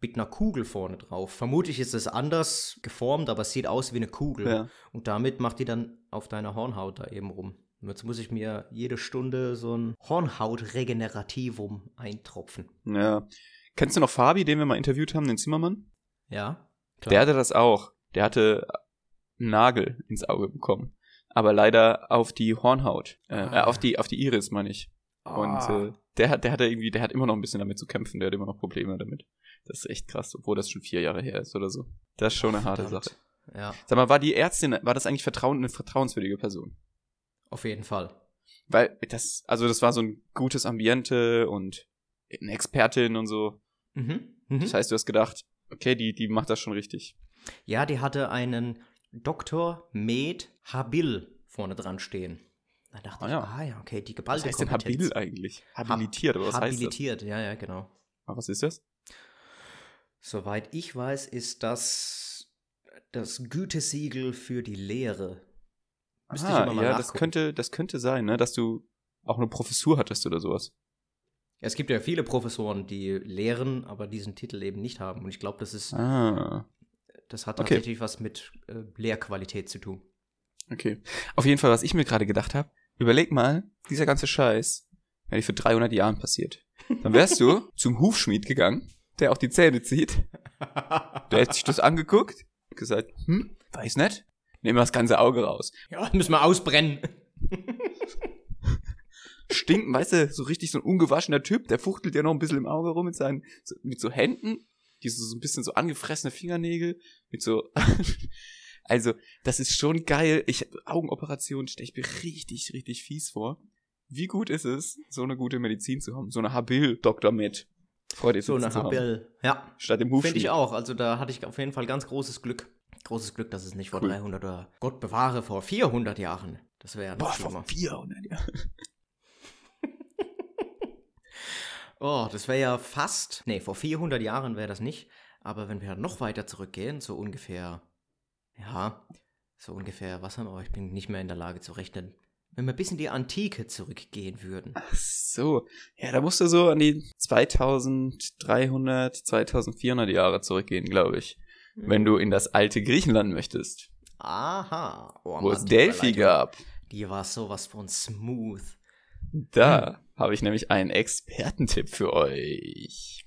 mit einer Kugel vorne drauf. Vermutlich ist es anders geformt, aber es sieht aus wie eine Kugel. Ja. Und damit macht die dann auf deiner Hornhaut da eben rum. Und jetzt muss ich mir jede Stunde so ein Hornhautregenerativum eintropfen. Ja. Kennst du noch Fabi, den wir mal interviewt haben, den Zimmermann? Ja, klar. Der hatte das auch. Der hatte einen Nagel ins Auge bekommen. Aber leider auf die Hornhaut. Äh, Ah. äh, auf die, auf die Iris, meine ich. Und äh, der hat, der hatte irgendwie, der hat immer noch ein bisschen damit zu kämpfen, der hat immer noch Probleme damit. Das ist echt krass, obwohl das schon vier Jahre her ist oder so. Das ist schon eine harte Verdammt. Sache. Ja, Sag mal, war die Ärztin, war das eigentlich vertrauen, eine vertrauenswürdige Person? auf jeden Fall. Weil das, also das war so ein gutes Ambiente und eine Expertin und so. Mhm. Mhm. Das heißt, du hast gedacht, okay, die, die macht das schon richtig. Ja, die hatte einen Doktor Med Habil vorne dran stehen. Da dachte Ah, ich, ja. ah ja, okay, die Was geballte heißt denn Kompetenz. habil eigentlich? Habilitiert, aber was heißt das? Habilitiert, ja, ja, genau. Aber was ist das? Soweit ich weiß, ist das das Gütesiegel für die Lehre. Müsste ich Ah, immer mal ja, nachgucken. das könnte, das könnte sein, ne, dass du auch eine Professur hattest oder sowas. Es gibt ja viele Professoren, die lehren, aber diesen Titel eben nicht haben. Und ich glaube, das ist, Ah, das hat okay. tatsächlich was mit äh, Lehrqualität zu tun. okay. Auf jeden Fall, was ich mir gerade gedacht habe, überleg mal, dieser ganze Scheiß wäre für dreihundert Jahren passiert. Dann wärst du zum Hufschmied gegangen, der auch die Zähne zieht. Der hätte sich das angeguckt und gesagt, hm, weiß nicht, nehmen wir das ganze Auge raus. Ja, müssen wir ausbrennen. Stinken, weißt du, so richtig so ein ungewaschener Typ, der fuchtelt ja noch ein bisschen im Auge rum mit seinen, so, mit so Händen, die so, so ein bisschen so angefressene Fingernägel, mit so, also, das ist schon geil. Ich, Augenoperation stelle ich mir richtig, richtig fies vor. Wie gut ist es, so eine gute Medizin zu haben, so eine Habil-Doktor mit vor dir So sitzen eine zu haben, Habil. Ja, statt dem finde Hufschmied. ich auch. Also da hatte ich auf jeden Fall ganz großes Glück. Großes Glück, dass es nicht vor Cool. dreihundert oder Gott bewahre, vor vierhundert Jahren. Das wäre ja noch Boah, schlimmer. vor vierhundert Jahren. Oh, das wäre ja fast, nee, vor vierhundert Jahren wäre das nicht, aber wenn wir noch weiter zurückgehen, so ungefähr, ja, so ungefähr, was haben wir, ich bin nicht mehr in der Lage zu rechnen, wenn wir bis in die Antike zurückgehen würden. Ach so. Ja, da musst du so an die zweitausenddreihundert, zweitausendvierhundert Jahre zurückgehen, glaube ich. Wenn du in das alte Griechenland möchtest, Aha. Oh, wo Mann, es die Delphi Überleitung, gab. Die war sowas von smooth. Da habe ich nämlich einen Expertentipp für euch.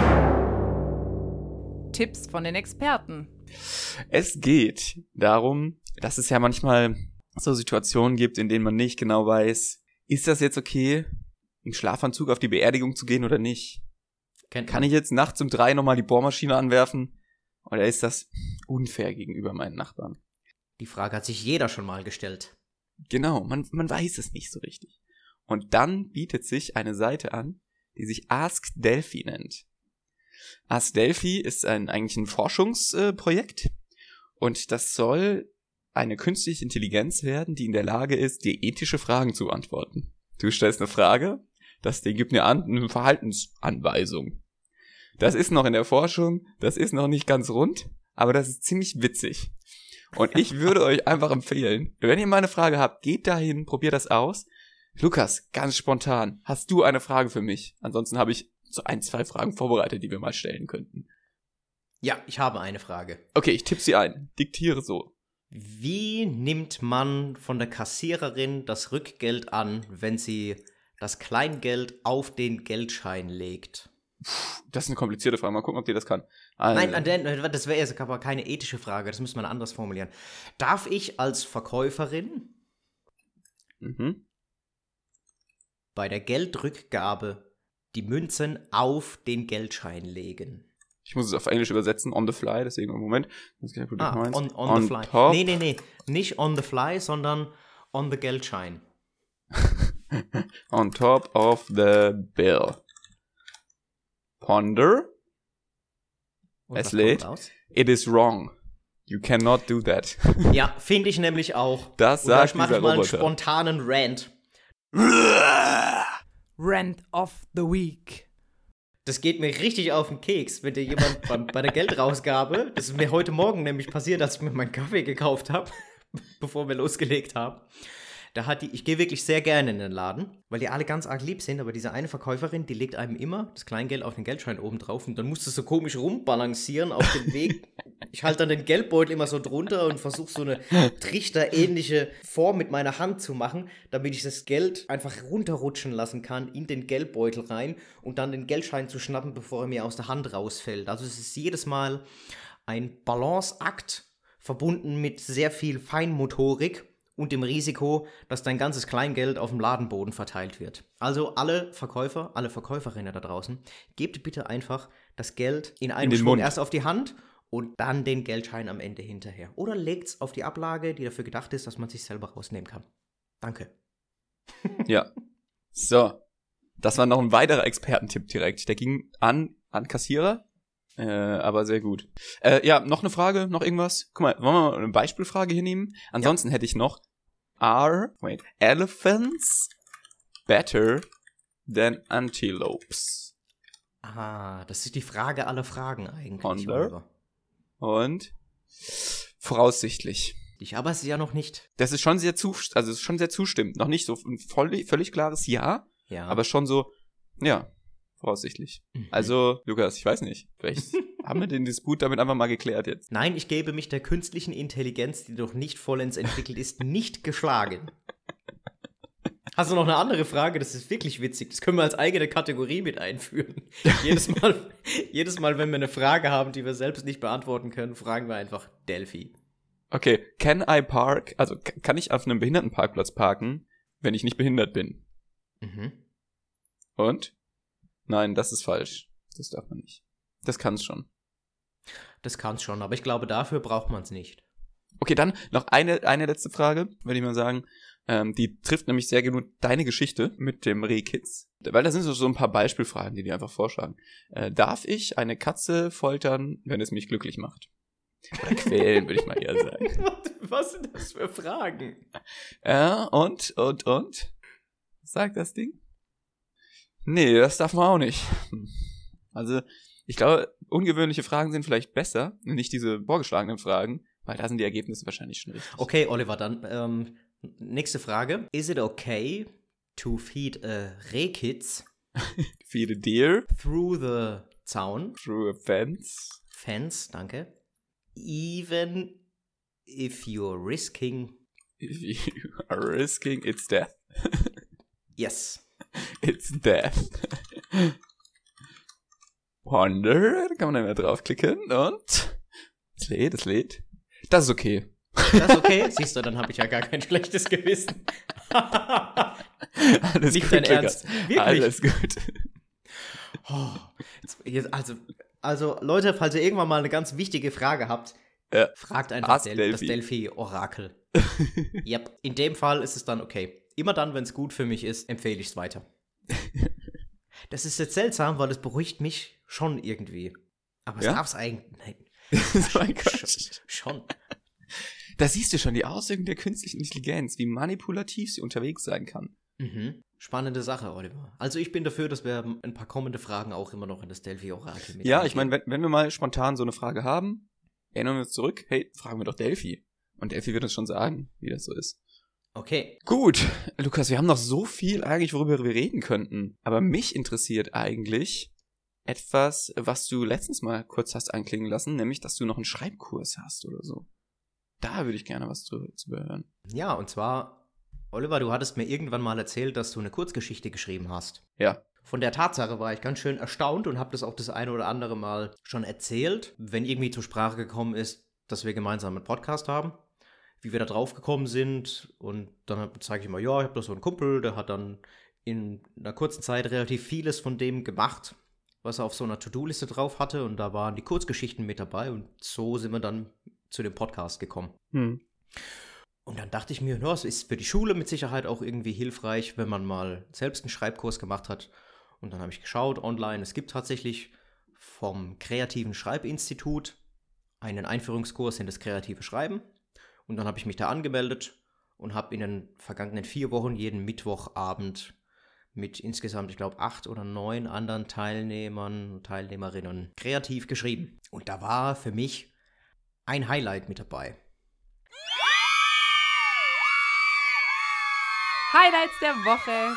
Tipps von den Experten. Es geht darum, dass es ja manchmal so Situationen gibt, in denen man nicht genau weiß, ist das jetzt okay, im Schlafanzug auf die Beerdigung zu gehen oder nicht? Kennt Kann man. ich jetzt nachts um drei nochmal die Bohrmaschine anwerfen? Oder ist das unfair gegenüber meinen Nachbarn? Die Frage hat sich jeder schon mal gestellt. Genau, man, man weiß es nicht so richtig. Und dann bietet sich eine Seite an, die sich Ask Delphi nennt. Ask Delphi ist ein, eigentlich ein Forschungsprojekt und das soll eine künstliche Intelligenz werden, die in der Lage ist, dir ethische Fragen zu beantworten. Du stellst eine Frage, das Ding gibt eine, An- eine Verhaltensanweisung. Das ist noch in der Forschung, das ist noch nicht ganz rund, aber das ist ziemlich witzig. Und ich würde euch einfach empfehlen, wenn ihr mal eine Frage habt, geht dahin, probiert das aus. Lukas, ganz spontan, hast du eine Frage für mich? Ansonsten habe ich so ein, zwei Fragen vorbereitet, die wir mal stellen könnten. Ja, ich habe eine Frage. Okay, ich tippe sie ein. Diktiere so. Wie nimmt man von der Kassiererin das Rückgeld an, wenn sie das Kleingeld auf den Geldschein legt? Das ist eine komplizierte Frage. Mal gucken, ob die das kann. Also, Nein, an der- das wäre jetzt aber keine ethische Frage, das müsste man anders formulieren. Darf ich als Verkäuferin Mhm. bei der Geldrückgabe die Münzen auf den Geldschein legen? Ich muss es auf Englisch übersetzen, on the fly, deswegen im Moment. Ah, on, on the fly. Top, Nee, nee, nee, nicht on the fly, sondern on the Geldschein. on top of the bill. Ponder. Und Es was lädt. kommt raus? It is wrong. You cannot do that. Ja, finde ich nämlich auch. Das Und da sagt mache dieser ich mal einen Roboter. spontanen Rant. Rant of the Week. Das geht mir richtig auf den Keks, wenn dir jemand bei, bei der Geldrausgabe, das ist mir heute Morgen nämlich passiert, als ich mir meinen Kaffee gekauft habe, bevor wir losgelegt haben, Da hat die, ich gehe wirklich sehr gerne in den Laden, weil die alle ganz arg lieb sind, aber diese eine Verkäuferin, die legt einem immer das Kleingeld auf den Geldschein oben drauf und dann musst du so komisch rumbalancieren auf dem Weg. Ich halte dann den Geldbeutel immer so drunter und versuche so eine trichterähnliche Form mit meiner Hand zu machen, damit ich das Geld einfach runterrutschen lassen kann in den Geldbeutel rein und dann den Geldschein zu schnappen, bevor er mir aus der Hand rausfällt. Also es ist jedes Mal ein Balanceakt verbunden mit sehr viel Feinmotorik und dem Risiko, dass dein ganzes Kleingeld auf dem Ladenboden verteilt wird. Also alle Verkäufer, alle Verkäuferinnen da draußen, gebt bitte einfach das Geld in einem in den Schwung Mund. erst auf die Hand und dann den Geldschein am Ende hinterher. Oder legt's auf die Ablage, die dafür gedacht ist, dass man sich selber rausnehmen kann. Danke. Ja. So. Das war noch ein weiterer Expertentipp direkt. Der ging an, an Kassierer. Äh, aber sehr gut. Äh, ja, noch eine Frage, noch irgendwas? Guck mal, wollen wir mal eine Beispielfrage hier nehmen? Ansonsten ja. hätte ich noch Are, wait, elephants better than antelopes? Ah, das ist die Frage aller Fragen eigentlich. Wonder. Oliver. Und voraussichtlich. Ich aber es ja noch nicht. Das ist schon sehr zu, also es ist schon sehr zustimmend. Noch nicht so ein voll, völlig klares Ja, Ja. aber schon so, ja, voraussichtlich. Mhm. Also, Lukas, ich weiß nicht. Vielleicht haben wir den Disput damit einfach mal geklärt jetzt. Nein, ich gebe mich der künstlichen Intelligenz, die noch nicht vollends entwickelt ist, nicht geschlagen. Hast du noch eine andere Frage? Das ist wirklich witzig. Das können wir als eigene Kategorie mit einführen. jedes Mal, jedes Mal, wenn wir eine Frage haben, die wir selbst nicht beantworten können, fragen wir einfach Delphi. Okay, can I park, also k- kann ich auf einem Behindertenparkplatz parken, wenn ich nicht behindert bin? Mhm. Und? Nein, das ist falsch. Das darf man nicht. Das kann's schon. Das kann's schon, aber ich glaube, dafür braucht man es nicht. Okay, dann noch eine, eine letzte Frage, würde ich mal sagen. Ähm, die trifft nämlich sehr gut deine Geschichte mit dem Rehkitz. Weil da sind so, so ein paar Beispielfragen, die die einfach vorschlagen. Äh, darf ich eine Katze foltern, wenn es mich glücklich macht? Oder quälen, würde ich mal eher sagen. Was sind das für Fragen? Ja, und, und, und? Was sagt das Ding? Nee, das darf man auch nicht. Hm. Also, ich glaube, ungewöhnliche Fragen sind vielleicht besser, nicht diese vorgeschlagenen Fragen, weil da sind die Ergebnisse wahrscheinlich schon richtig. Okay, Oliver, dann ähm, nächste Frage. Is it okay to feed a Rehkitz Feed a deer through the Zaun? through a fence. Fence, danke. Even if you're risking... If you are risking its death. Yes. It's death. Wonder, da kann man dann mal draufklicken und es lädt, es lädt. Das ist okay. Das ist okay? Siehst du, dann habe ich ja gar kein schlechtes Gewissen. Alles Nicht gut, dein Digga. Ernst. Wirklich? Alles gut. Oh, jetzt, jetzt, also, also, Leute, falls ihr irgendwann mal eine ganz wichtige Frage habt, Ja. fragt einfach Ask Del- Delphi. das Delphi-Orakel. Yep. In dem Fall ist es dann okay. Immer dann, wenn es gut für mich ist, empfehle ich es weiter. Das ist jetzt seltsam, weil es beruhigt mich schon irgendwie. Aber es Ja? darf es eigentlich. Nein. mein Gott. Sch- Schon. Da siehst du schon die Auswirkungen der künstlichen Intelligenz, wie manipulativ sie unterwegs sein kann. Mhm. Spannende Sache, Oliver. Also ich bin dafür, dass wir ein paar kommende Fragen auch immer noch in das Delphi-Orakel mit Ja, eingeben. ich meine, wenn, wenn wir mal spontan so eine Frage haben, erinnern wir uns zurück, hey, fragen wir doch Delphi. Und Delphi wird uns schon sagen, wie das so ist. Okay. Gut, Lukas, wir haben noch so viel eigentlich, worüber wir reden könnten. Aber mich interessiert eigentlich etwas, was du letztens mal kurz hast anklingen lassen, nämlich, dass du noch einen Schreibkurs hast oder so. Da würde ich gerne was drüber zu hören. Ja, und zwar, Oliver, du hattest mir irgendwann mal erzählt, dass du eine Kurzgeschichte geschrieben hast. Ja. Von der Tatsache war ich ganz schön erstaunt und habe das auch das eine oder andere Mal schon erzählt, wenn irgendwie zur Sprache gekommen ist, dass wir gemeinsam einen Podcast haben, wie wir da drauf gekommen sind. Und dann zeige ich immer, ja, ich habe da so einen Kumpel, der hat dann in einer kurzen Zeit relativ vieles von dem gemacht, was er auf so einer To-Do-Liste drauf hatte. Und da waren die Kurzgeschichten mit dabei und so sind wir dann zu dem Podcast gekommen. Hm. Und dann dachte ich mir, ja, es ist für die Schule mit Sicherheit auch irgendwie hilfreich, wenn man mal selbst einen Schreibkurs gemacht hat. Und dann habe ich geschaut online, es gibt tatsächlich vom Kreativen Schreibinstitut einen Einführungskurs in das kreative Schreiben. Und dann habe ich mich da angemeldet und habe in den vergangenen vier Wochen jeden Mittwochabend mit insgesamt, ich glaube, acht oder neun anderen Teilnehmern und Teilnehmerinnen kreativ geschrieben. Und da war für mich ein Highlight mit dabei. Highlights der Woche.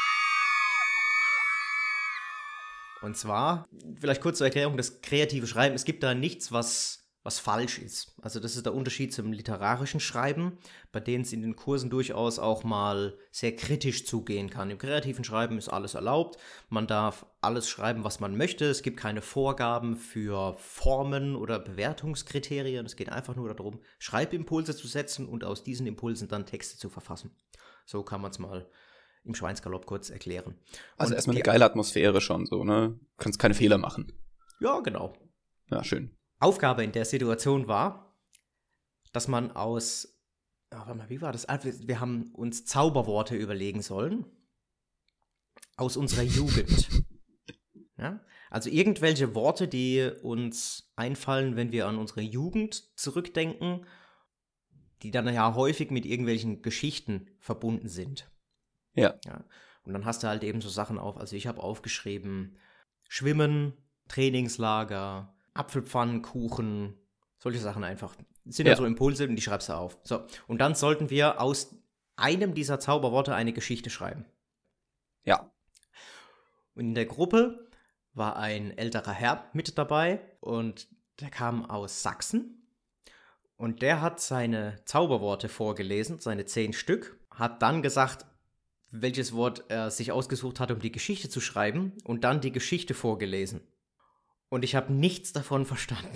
Und zwar, vielleicht kurz zur Erklärung, das kreative Schreiben, es gibt da nichts, was, was falsch ist. Also das ist der Unterschied zum literarischen Schreiben, bei dem es in den Kursen durchaus auch mal sehr kritisch zugehen kann. Im kreativen Schreiben ist alles erlaubt, man darf alles schreiben, was man möchte. Es gibt keine Vorgaben für Formen oder Bewertungskriterien. Es geht einfach nur darum, Schreibimpulse zu setzen und aus diesen Impulsen dann Texte zu verfassen. So kann man es mal im Schweinsgalopp kurz erklären. Also Und erstmal die- eine geile Atmosphäre schon so, ne? Du kannst keine Fehler machen. Ja, genau. Ja, schön. Aufgabe in der Situation war, dass man aus, ah, warte mal, wie war das? Ah, wir, wir haben uns Zauberworte überlegen sollen aus unserer Jugend. Ja? Also irgendwelche Worte, die uns einfallen, wenn wir an unsere Jugend zurückdenken, die dann ja häufig mit irgendwelchen Geschichten verbunden sind. Ja. Ja. Und dann hast du halt eben so Sachen auf, also ich habe aufgeschrieben, Schwimmen, Trainingslager, Apfelpfannkuchen, solche Sachen einfach. Das sind ja. Ja. so Impulse und die schreibst du auf. So, und dann sollten wir aus einem dieser Zauberworte eine Geschichte schreiben. Ja. Und in der Gruppe war ein älterer Herr mit dabei und der kam aus Sachsen und der hat seine Zauberworte vorgelesen, seine zehn Stück, hat dann gesagt, welches Wort er sich ausgesucht hat, um die Geschichte zu schreiben und dann die Geschichte vorgelesen. Und ich habe nichts davon verstanden.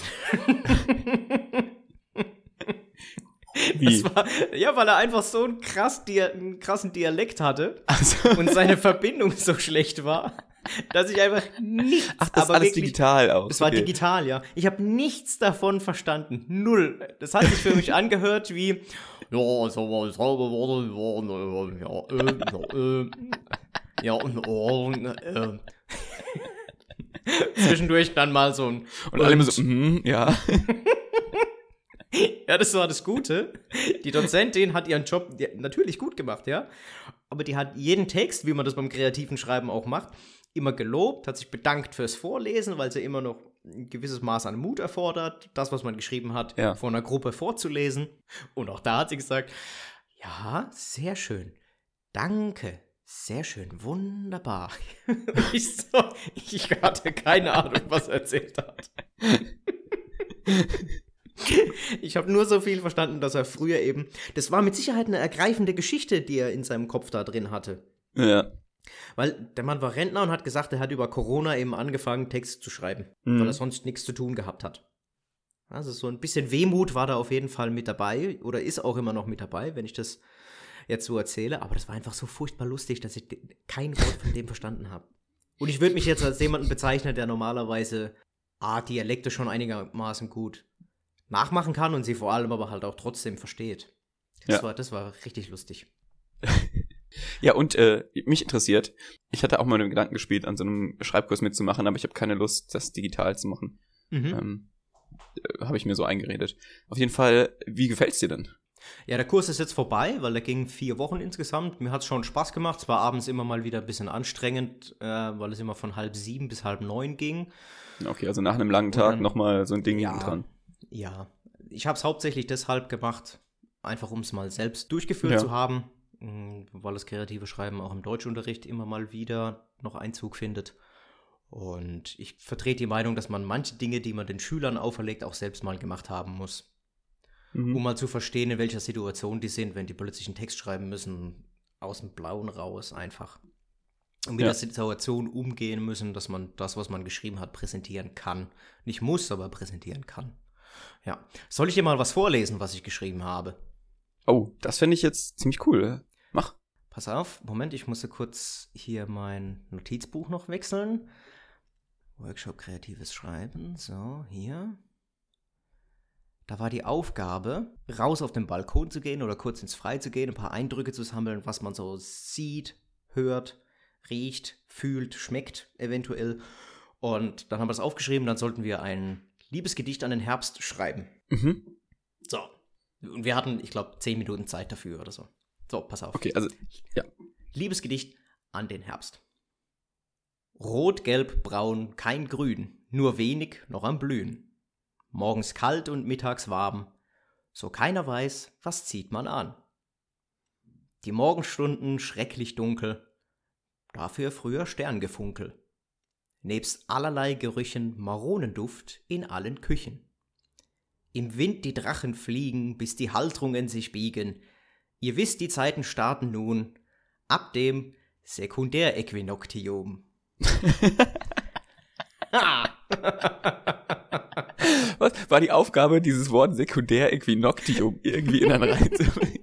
Wie? Das war, ja, weil er einfach so einen, krass, Dia- einen krassen Dialekt hatte Also, und seine Verbindung so schlecht war, dass ich einfach nichts, ach, das ist aber alles wirklich, digital auch. es war okay. digital, ja. Ich habe nichts davon verstanden. Null. Das hat sich für mich angehört wie, ja, so was Zauberworte, ja, äh, ja, äh, ja, äh, äh. Zwischendurch dann mal so ein Und alle immer so, mhm, ja. Ja, das war das Gute. Die Dozentin hat ihren Job ja, natürlich gut gemacht, ja. Aber die hat jeden Text, wie man das beim kreativen Schreiben auch macht, immer gelobt, hat sich bedankt fürs Vorlesen, weil sie immer noch ein gewisses Maß an Mut erfordert, das, was man geschrieben hat, Ja. vor einer Gruppe vorzulesen. Und auch da hat sie gesagt, ja, sehr schön. Danke. Sehr schön. Wunderbar. ich, so, ich hatte keine Ahnung, was er erzählt hat. Ich habe nur so viel verstanden, dass er früher eben, das war mit Sicherheit eine ergreifende Geschichte, die er in seinem Kopf da drin hatte. Ja. Weil der Mann war Rentner und hat gesagt, er hat über Corona eben angefangen, Texte zu schreiben, Mhm. weil er sonst nichts zu tun gehabt hat. Also so ein bisschen Wehmut war da auf jeden Fall mit dabei oder ist auch immer noch mit dabei, wenn ich das jetzt so erzähle. Aber das war einfach so furchtbar lustig, dass ich kein Wort von dem verstanden habe. Und ich würde mich jetzt als jemanden bezeichnen, der normalerweise ah, Dialekte schon einigermaßen gut nachmachen kann und sie vor allem aber halt auch trotzdem versteht. Das, Ja. war, das war richtig lustig. Ja, und äh, mich interessiert, ich hatte auch mal mit dem Gedanken gespielt, an so einem Schreibkurs mitzumachen, aber ich habe keine Lust, das digital zu machen. Mhm. Ähm, äh, habe ich mir so eingeredet. Auf jeden Fall, wie gefällt's dir denn? Ja, der Kurs ist jetzt vorbei, weil der ging vier Wochen insgesamt. Mir hat es schon Spaß gemacht. Es war abends immer mal wieder ein bisschen anstrengend, äh, weil es immer von halb sieben bis halb neun ging. Okay, also nach einem langen Tag dann- nochmal so ein Ding Ja. hinten dran. Ja, ich habe es hauptsächlich deshalb gemacht, einfach um es mal selbst durchgeführt Ja. zu haben, mh, weil das kreative Schreiben auch im Deutschunterricht immer mal wieder noch Einzug findet. Und ich vertrete die Meinung, dass man manche Dinge, die man den Schülern auferlegt, auch selbst mal gemacht haben muss. Mhm. Um mal zu verstehen, in welcher Situation die sind, wenn die plötzlich einen Text schreiben müssen, aus dem Blauen raus einfach. Und mit Ja. der Situation umgehen müssen, dass man das, was man geschrieben hat, präsentieren kann. Nicht muss, aber präsentieren kann. Ja. Soll ich dir mal was vorlesen, was ich geschrieben habe? Oh, das fände ich jetzt ziemlich cool. Mach. Pass auf, Moment, ich musste kurz hier mein Notizbuch noch wechseln. Workshop Kreatives Schreiben, so, hier. Da war die Aufgabe, raus auf den Balkon zu gehen oder kurz ins Freie zu gehen, ein paar Eindrücke zu sammeln, was man so sieht, hört, riecht, fühlt, schmeckt eventuell. Und dann haben wir das aufgeschrieben, dann sollten wir ein Liebesgedicht an den Herbst schreiben. Mhm. So. Und wir hatten, ich glaube, zehn Minuten Zeit dafür oder so. So, pass auf. Okay, also, ja. Liebesgedicht an den Herbst. Rot, gelb, braun, kein Grün, nur wenig noch am Blühen. Morgens kalt und mittags warm, so keiner weiß, was zieht man an. Die Morgenstunden schrecklich dunkel, dafür früher Sterngefunkel. Nebst allerlei Gerüchen Maronenduft in allen Küchen. Im Wind die Drachen fliegen, bis die Halterungen sich biegen. Ihr wisst, die Zeiten starten nun ab dem Sekundärequinoktium. Was war die Aufgabe, dieses Wort Sekundärequinoktium irgendwie in einen reinzubringen?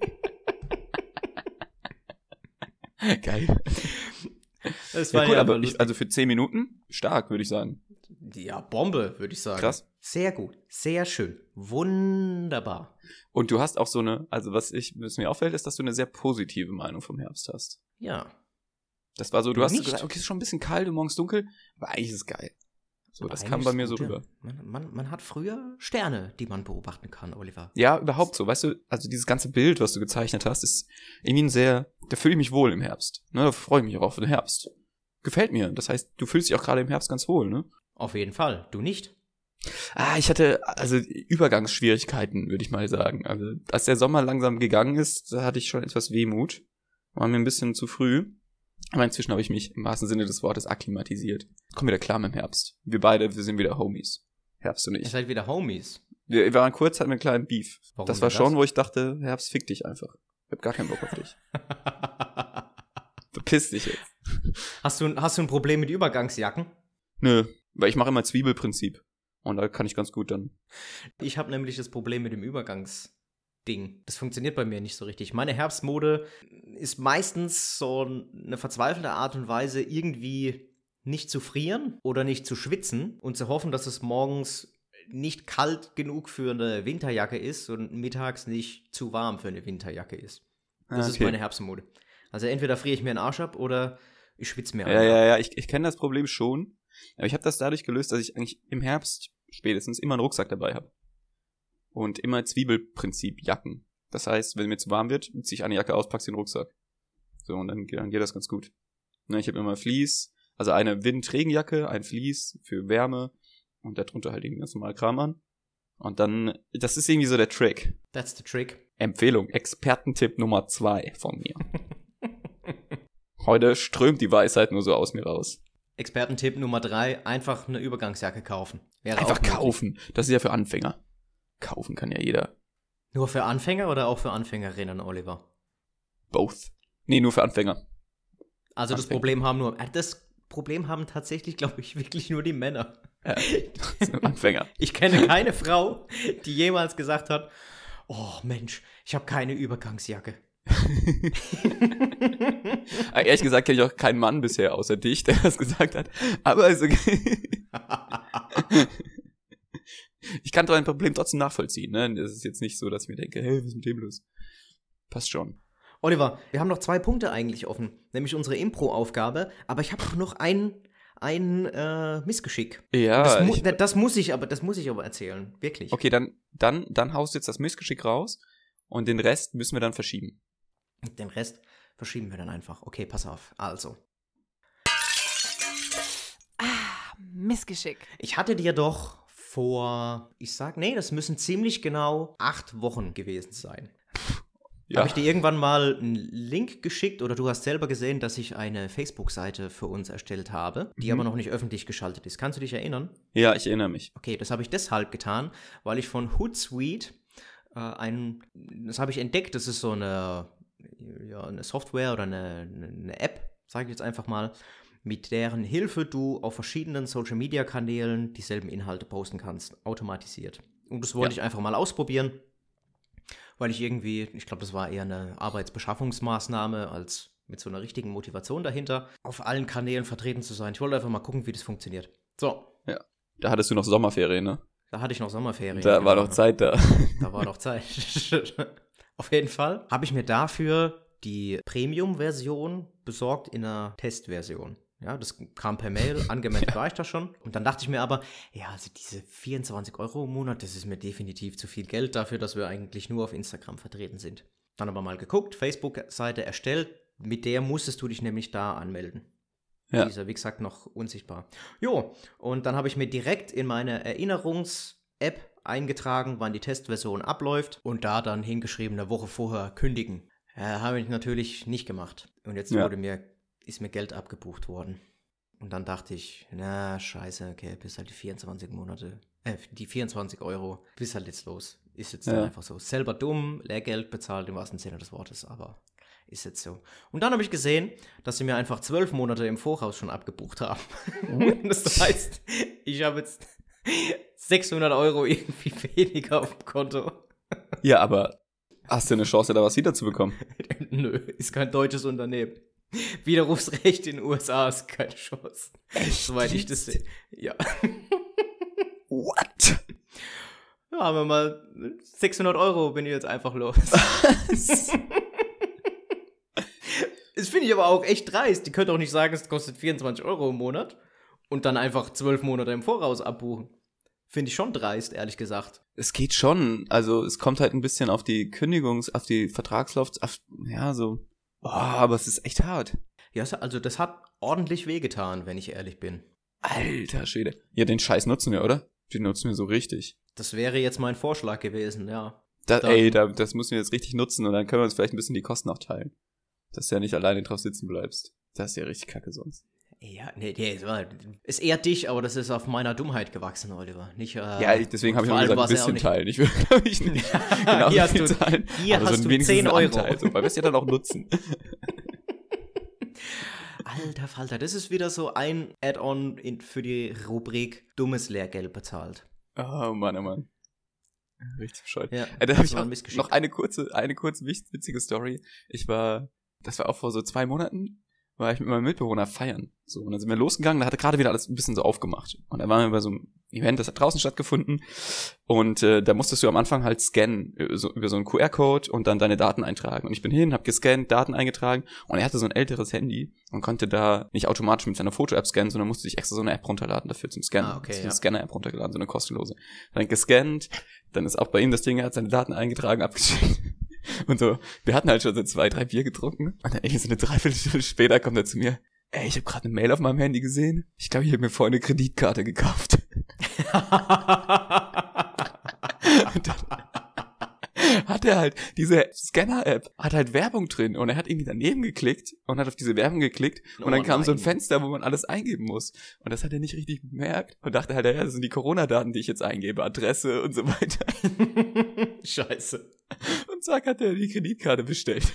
Geil. Das Ja, war cool, ja aber ich, also für zehn Minuten stark, würde ich sagen. ja, Bombe, würde ich sagen. Krass. Sehr gut, sehr schön, wunderbar. Und du hast auch so eine, also was ich, was mir auffällt, ist, dass du eine sehr positive Meinung vom Herbst hast. Ja. Das war so, du Du hast so nicht? gesagt, okay, es ist schon ein bisschen kalt und morgens dunkel, aber eigentlich ist es geil. So, Aber das eigentlich kam bei ist mir gut, so ja. rüber. Man, man, man hat früher Sterne, die man beobachten kann, Oliver. Ja, überhaupt so, weißt du, also dieses ganze Bild, was du gezeichnet hast, ist irgendwie ein sehr, da fühle ich mich wohl im Herbst. Ne, da freue ich mich auch auf den Herbst. Gefällt mir. Das heißt, du fühlst dich auch gerade im Herbst ganz wohl, ne? Auf jeden Fall. Du nicht? Ah, ich hatte also Übergangsschwierigkeiten, würde ich mal sagen. Also als der Sommer langsam gegangen ist, da hatte ich schon etwas Wehmut. War mir ein bisschen zu früh. Aber inzwischen habe ich mich im wahrsten Sinne des Wortes akklimatisiert. Komm wieder klar mit dem Herbst. Wir beide, wir sind wieder Homies. Herbst und Ihr ich. seid wieder Homies. Wir, wir waren kurz, hatten wir einen kleinen Beef. Warum das war denn schon, das? wo ich dachte, Herbst, fick dich einfach. Ich hab gar keinen Bock auf dich. Verpiss dich jetzt. Hast du, hast du ein Problem mit Übergangsjacken? Nö, weil ich mache immer Zwiebelprinzip. Und da kann ich ganz gut dann. Ich habe nämlich das Problem mit dem Übergangsding. Das funktioniert bei mir nicht so richtig. Meine Herbstmode ist meistens so eine verzweifelte Art und Weise, irgendwie nicht zu frieren oder nicht zu schwitzen und zu hoffen, dass es morgens nicht kalt genug für eine Winterjacke ist und mittags nicht zu warm für eine Winterjacke ist. Das Ah, ist okay. meine Herbstmode. Also entweder friere ich mir den Arsch ab oder ich schwitze mir Ja, einen ja, ab. ja, ich, ich kenne das Problem schon. Aber ich habe das dadurch gelöst, dass ich eigentlich im Herbst spätestens immer einen Rucksack dabei habe. Und immer Zwiebelprinzip Jacken. Das heißt, wenn mir zu warm wird, ziehe ich eine Jacke aus, pack sie in den Rucksack. So, und dann, dann geht das ganz gut. Ne, ich habe immer Fleece, also eine Windregenjacke, ein Fleece für Wärme und darunter halt den ganz normalen Kram an. Und dann, das ist irgendwie so der Trick. That's the trick. Empfehlung, Expertentipp Nummer zwei von mir. Heute strömt die Weisheit nur so aus mir raus. Expertentipp Nummer drei, einfach eine Übergangsjacke kaufen. Wäre Einfach auch möglich. kaufen. Das ist ja für Anfänger. Kaufen kann ja jeder. Nur für Anfänger oder auch für Anfängerinnen, Oliver? Both. Nee, nur für Anfänger. Also das Anfänger. Problem haben nur, äh, das Problem haben tatsächlich, glaube ich, wirklich nur die Männer. Ja, das ist nur Anfänger. Ich kenne keine Frau, die jemals gesagt hat, oh Mensch, ich habe keine Übergangsjacke. Ah, ehrlich gesagt kenne ich auch keinen Mann bisher außer dich, der das gesagt hat. Aber ist okay. Ich kann dein Problem trotzdem nachvollziehen. Ne? Das ist jetzt nicht so, dass ich mir denke, hey, was ist mit dem los? Passt schon. Oliver, wir haben noch zwei Punkte eigentlich offen, nämlich unsere Impro-Aufgabe, aber ich habe auch noch ein, ein äh, Missgeschick. Ja, das, mu ich, das muss ich aber, das muss ich aber erzählen, wirklich. okay, dann, dann, dann haust du jetzt das Missgeschick raus und den Rest müssen wir dann verschieben. Den Rest verschieben wir dann einfach. Okay, pass auf. Also, Missgeschick. ich hatte dir doch vor, ich sag, nee, das müssen ziemlich genau acht Wochen gewesen sein. Ja, Habe ich dir irgendwann mal einen Link geschickt oder du hast selber gesehen, dass ich eine Facebook-Seite für uns erstellt habe, die Mhm. aber noch nicht öffentlich geschaltet ist. Kannst du dich erinnern? ja, ich erinnere mich. Okay, das habe ich deshalb getan, weil ich von Hootsuite äh, ein, das habe ich entdeckt, das ist so eine, ja, eine Software oder eine, eine App, sage ich jetzt einfach mal, mit deren Hilfe du auf verschiedenen Social-Media-Kanälen dieselben Inhalte posten kannst, automatisiert. Und das wollte Ja. ich einfach mal ausprobieren, weil ich irgendwie, ich glaube, das war eher eine Arbeitsbeschaffungsmaßnahme als mit so einer richtigen Motivation dahinter, auf allen Kanälen vertreten zu sein. Ich wollte einfach mal gucken, wie das funktioniert. So, Da hattest du noch Sommerferien, ne? da hatte ich noch Sommerferien. Da war genau. noch Zeit da. Da war noch Zeit. Auf jeden Fall habe ich mir dafür die Premium-Version besorgt in einer Testversion. Ja, das kam per Mail, angemeldet war ich da schon. Und dann dachte ich mir aber, ja, also diese vierundzwanzig Euro im Monat, das ist mir definitiv zu viel Geld dafür, dass wir eigentlich nur auf Instagram vertreten sind. Dann aber mal geguckt, Facebook-Seite erstellt, mit der musstest du dich nämlich da anmelden. Ja. Die ist ja, wie gesagt, noch unsichtbar. Jo, und dann habe ich mir direkt in meine Erinnerungs-App eingetragen, wann die Testversion abläuft und da dann hingeschrieben, eine Woche vorher kündigen. Ja, habe ich natürlich nicht gemacht. Und jetzt Ja. wurde mir, ist mir Geld abgebucht worden. Und dann dachte ich, na, scheiße, okay, bis halt die vierundzwanzig Monate, äh, die vierundzwanzig Euro, bis halt jetzt los. Ist jetzt dann Ja. einfach so. Selber dumm, Lehrgeld bezahlt im wahrsten Sinne des Wortes, aber ist jetzt so. Und dann habe ich gesehen, dass sie mir einfach zwölf Monate im Voraus schon abgebucht haben. Das heißt, ich habe jetzt sechshundert Euro irgendwie weniger auf dem Konto. Ja, aber hast du eine Chance, da was wiederzubekommen? Nö, ist kein deutsches Unternehmen. Widerrufsrecht in den U S A ist keine Chance. Soweit ich das sehe. Ja. What? Ja, haben wir mal sechshundert Euro bin ich jetzt einfach los. Das finde ich aber auch echt dreist. Die können doch nicht sagen, es kostet vierundzwanzig Euro im Monat und dann einfach zwölf Monate im Voraus abbuchen. Finde ich schon dreist, ehrlich gesagt. Es geht schon. Also es kommt halt ein bisschen auf die Kündigungs-, auf die Vertragslaufzeit, auf, ja, so. Oh, aber es ist echt hart. Ja, also das hat ordentlich wehgetan, wenn ich ehrlich bin. Alter Schwede. Ja, den Scheiß nutzen wir, oder? Den nutzen wir so richtig. Das wäre jetzt mein Vorschlag gewesen, ja. Da, Dann- ey, da, das müssen wir jetzt richtig nutzen und dann können wir uns vielleicht ein bisschen die Kosten auch teilen. Dass du ja nicht alleine drauf sitzen bleibst. Das ist ja richtig kacke sonst. Ja, nee, nee, es war- ist eher dich, aber das ist auf meiner Dummheit gewachsen, Oliver. Nicht, äh, Ja, ich, deswegen habe ich vor auch allem gesagt, ein war's ja auch bisschen nicht- teilen. Ich will, glaube ich, nicht genau Hier hast viel du- zahlen. hier aber hast so du wenigstens zehn einen Euro. Anteil, so, weil wir es ja dann auch nutzen. Alter Falter, das ist wieder so ein Add-on in- für die Rubrik dummes Lehrgeld bezahlt. Oh Mann, oh Mann. Richtig bescheuert. Ja, Äh, da das habe ich war auch ein Missgeschick. noch eine kurze, eine kurze witz- witzige Story. Ich war, das war auch vor so zwei Monaten, war ich mit meinem Mitbewohner feiern. So, und dann sind wir losgegangen, da hatte gerade wieder alles ein bisschen so aufgemacht. Und dann waren wir bei so einem Event, das hat draußen stattgefunden. Und äh, da musstest du am Anfang halt scannen, über so, über so einen Q R-Code und dann deine Daten eintragen. Und ich bin hin, hab gescannt, Daten eingetragen. Und er hatte so ein älteres Handy und konnte da nicht automatisch mit seiner Foto-App scannen, sondern musste sich extra so eine App runterladen dafür zum Scannen. Ah, okay, so eine ja. Scanner-App runtergeladen, so eine kostenlose. Dann gescannt, dann ist auch bei ihm das Ding, er hat seine Daten eingetragen, abgeschickt. Und so, wir hatten halt schon so zwei, drei Bier getrunken. Und dann irgendwie so eine Dreiviertelstunde später kommt er zu mir. Ey, ich habe gerade eine Mail auf meinem Handy gesehen. Ich glaube, ich habe mir vorhin eine Kreditkarte gekauft. Und dann hat er halt, diese Scanner-App hat halt Werbung drin und er hat irgendwie daneben geklickt und hat auf diese Werbung geklickt und Oh dann kam so ein nein. Fenster, wo man alles eingeben muss. Und das hat er nicht richtig bemerkt und dachte halt, ja, das sind die Corona-Daten, die ich jetzt eingebe, Adresse und so weiter. Scheiße. Und zack, hat er die Kreditkarte bestellt.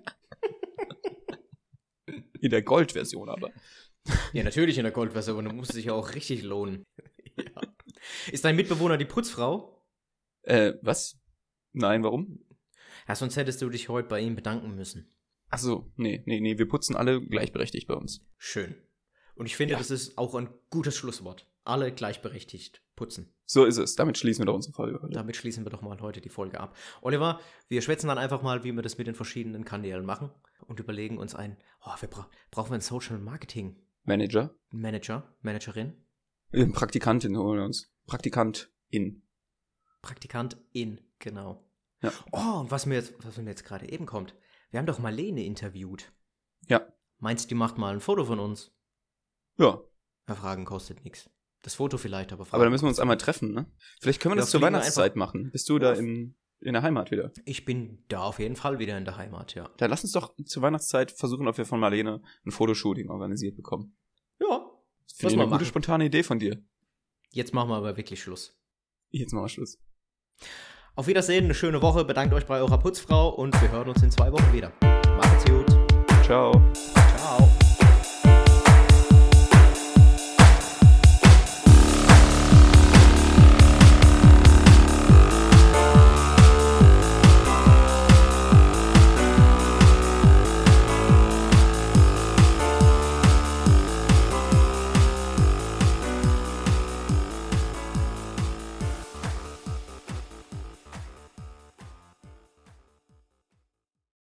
In der Gold-Version aber. Ja, natürlich in der Goldversion, da muss es sich ja auch richtig lohnen. Ja. Ist dein Mitbewohner die Putzfrau? Äh, was? Nein, warum? Ja, sonst hättest du dich heute bei ihm bedanken müssen. Ach so, nee, nee, nee, wir putzen alle gleichberechtigt bei uns. Schön. Und ich finde, Ja. das ist auch ein gutes Schlusswort. Alle gleichberechtigt putzen. So ist es. Damit schließen wir doch unsere Folge heute. Damit schließen wir doch mal heute die Folge ab. Oliver, wir schwätzen dann einfach mal, wie wir das mit den verschiedenen Kanälen machen und überlegen uns ein, oh, wir bra- brauchen wir einen Social Marketing Manager. Manager, Managerin, Äh, Praktikantin holen wir uns. Praktikantin. Praktikantin, genau. Ja. Oh, und was mir jetzt, was mir jetzt gerade eben kommt, wir haben doch Marlene interviewt. Ja. Meinst du, die macht mal ein Foto von uns? Ja. Ja, Fragen kostet nichts. Das Foto vielleicht, aber Fragen. Aber da müssen wir uns einmal treffen, ne? Vielleicht können wir Ja, das zur fliegen wir Weihnachtszeit einfach- machen. Bist du da in, in der Heimat wieder? Ich bin da auf jeden Fall wieder in der Heimat, ja. Dann lass uns doch zur Weihnachtszeit versuchen, ob wir von Marlene ein Fotoshooting organisiert bekommen. Ja. Das finde ich wir eine gute, machen. spontane Idee von dir. Jetzt machen wir aber wirklich Schluss. Jetzt machen wir Schluss. Auf Wiedersehen, eine schöne Woche. Bedankt euch bei eurer Putzfrau und wir hören uns in zwei Wochen wieder. Macht's gut. Ciao. Ciao.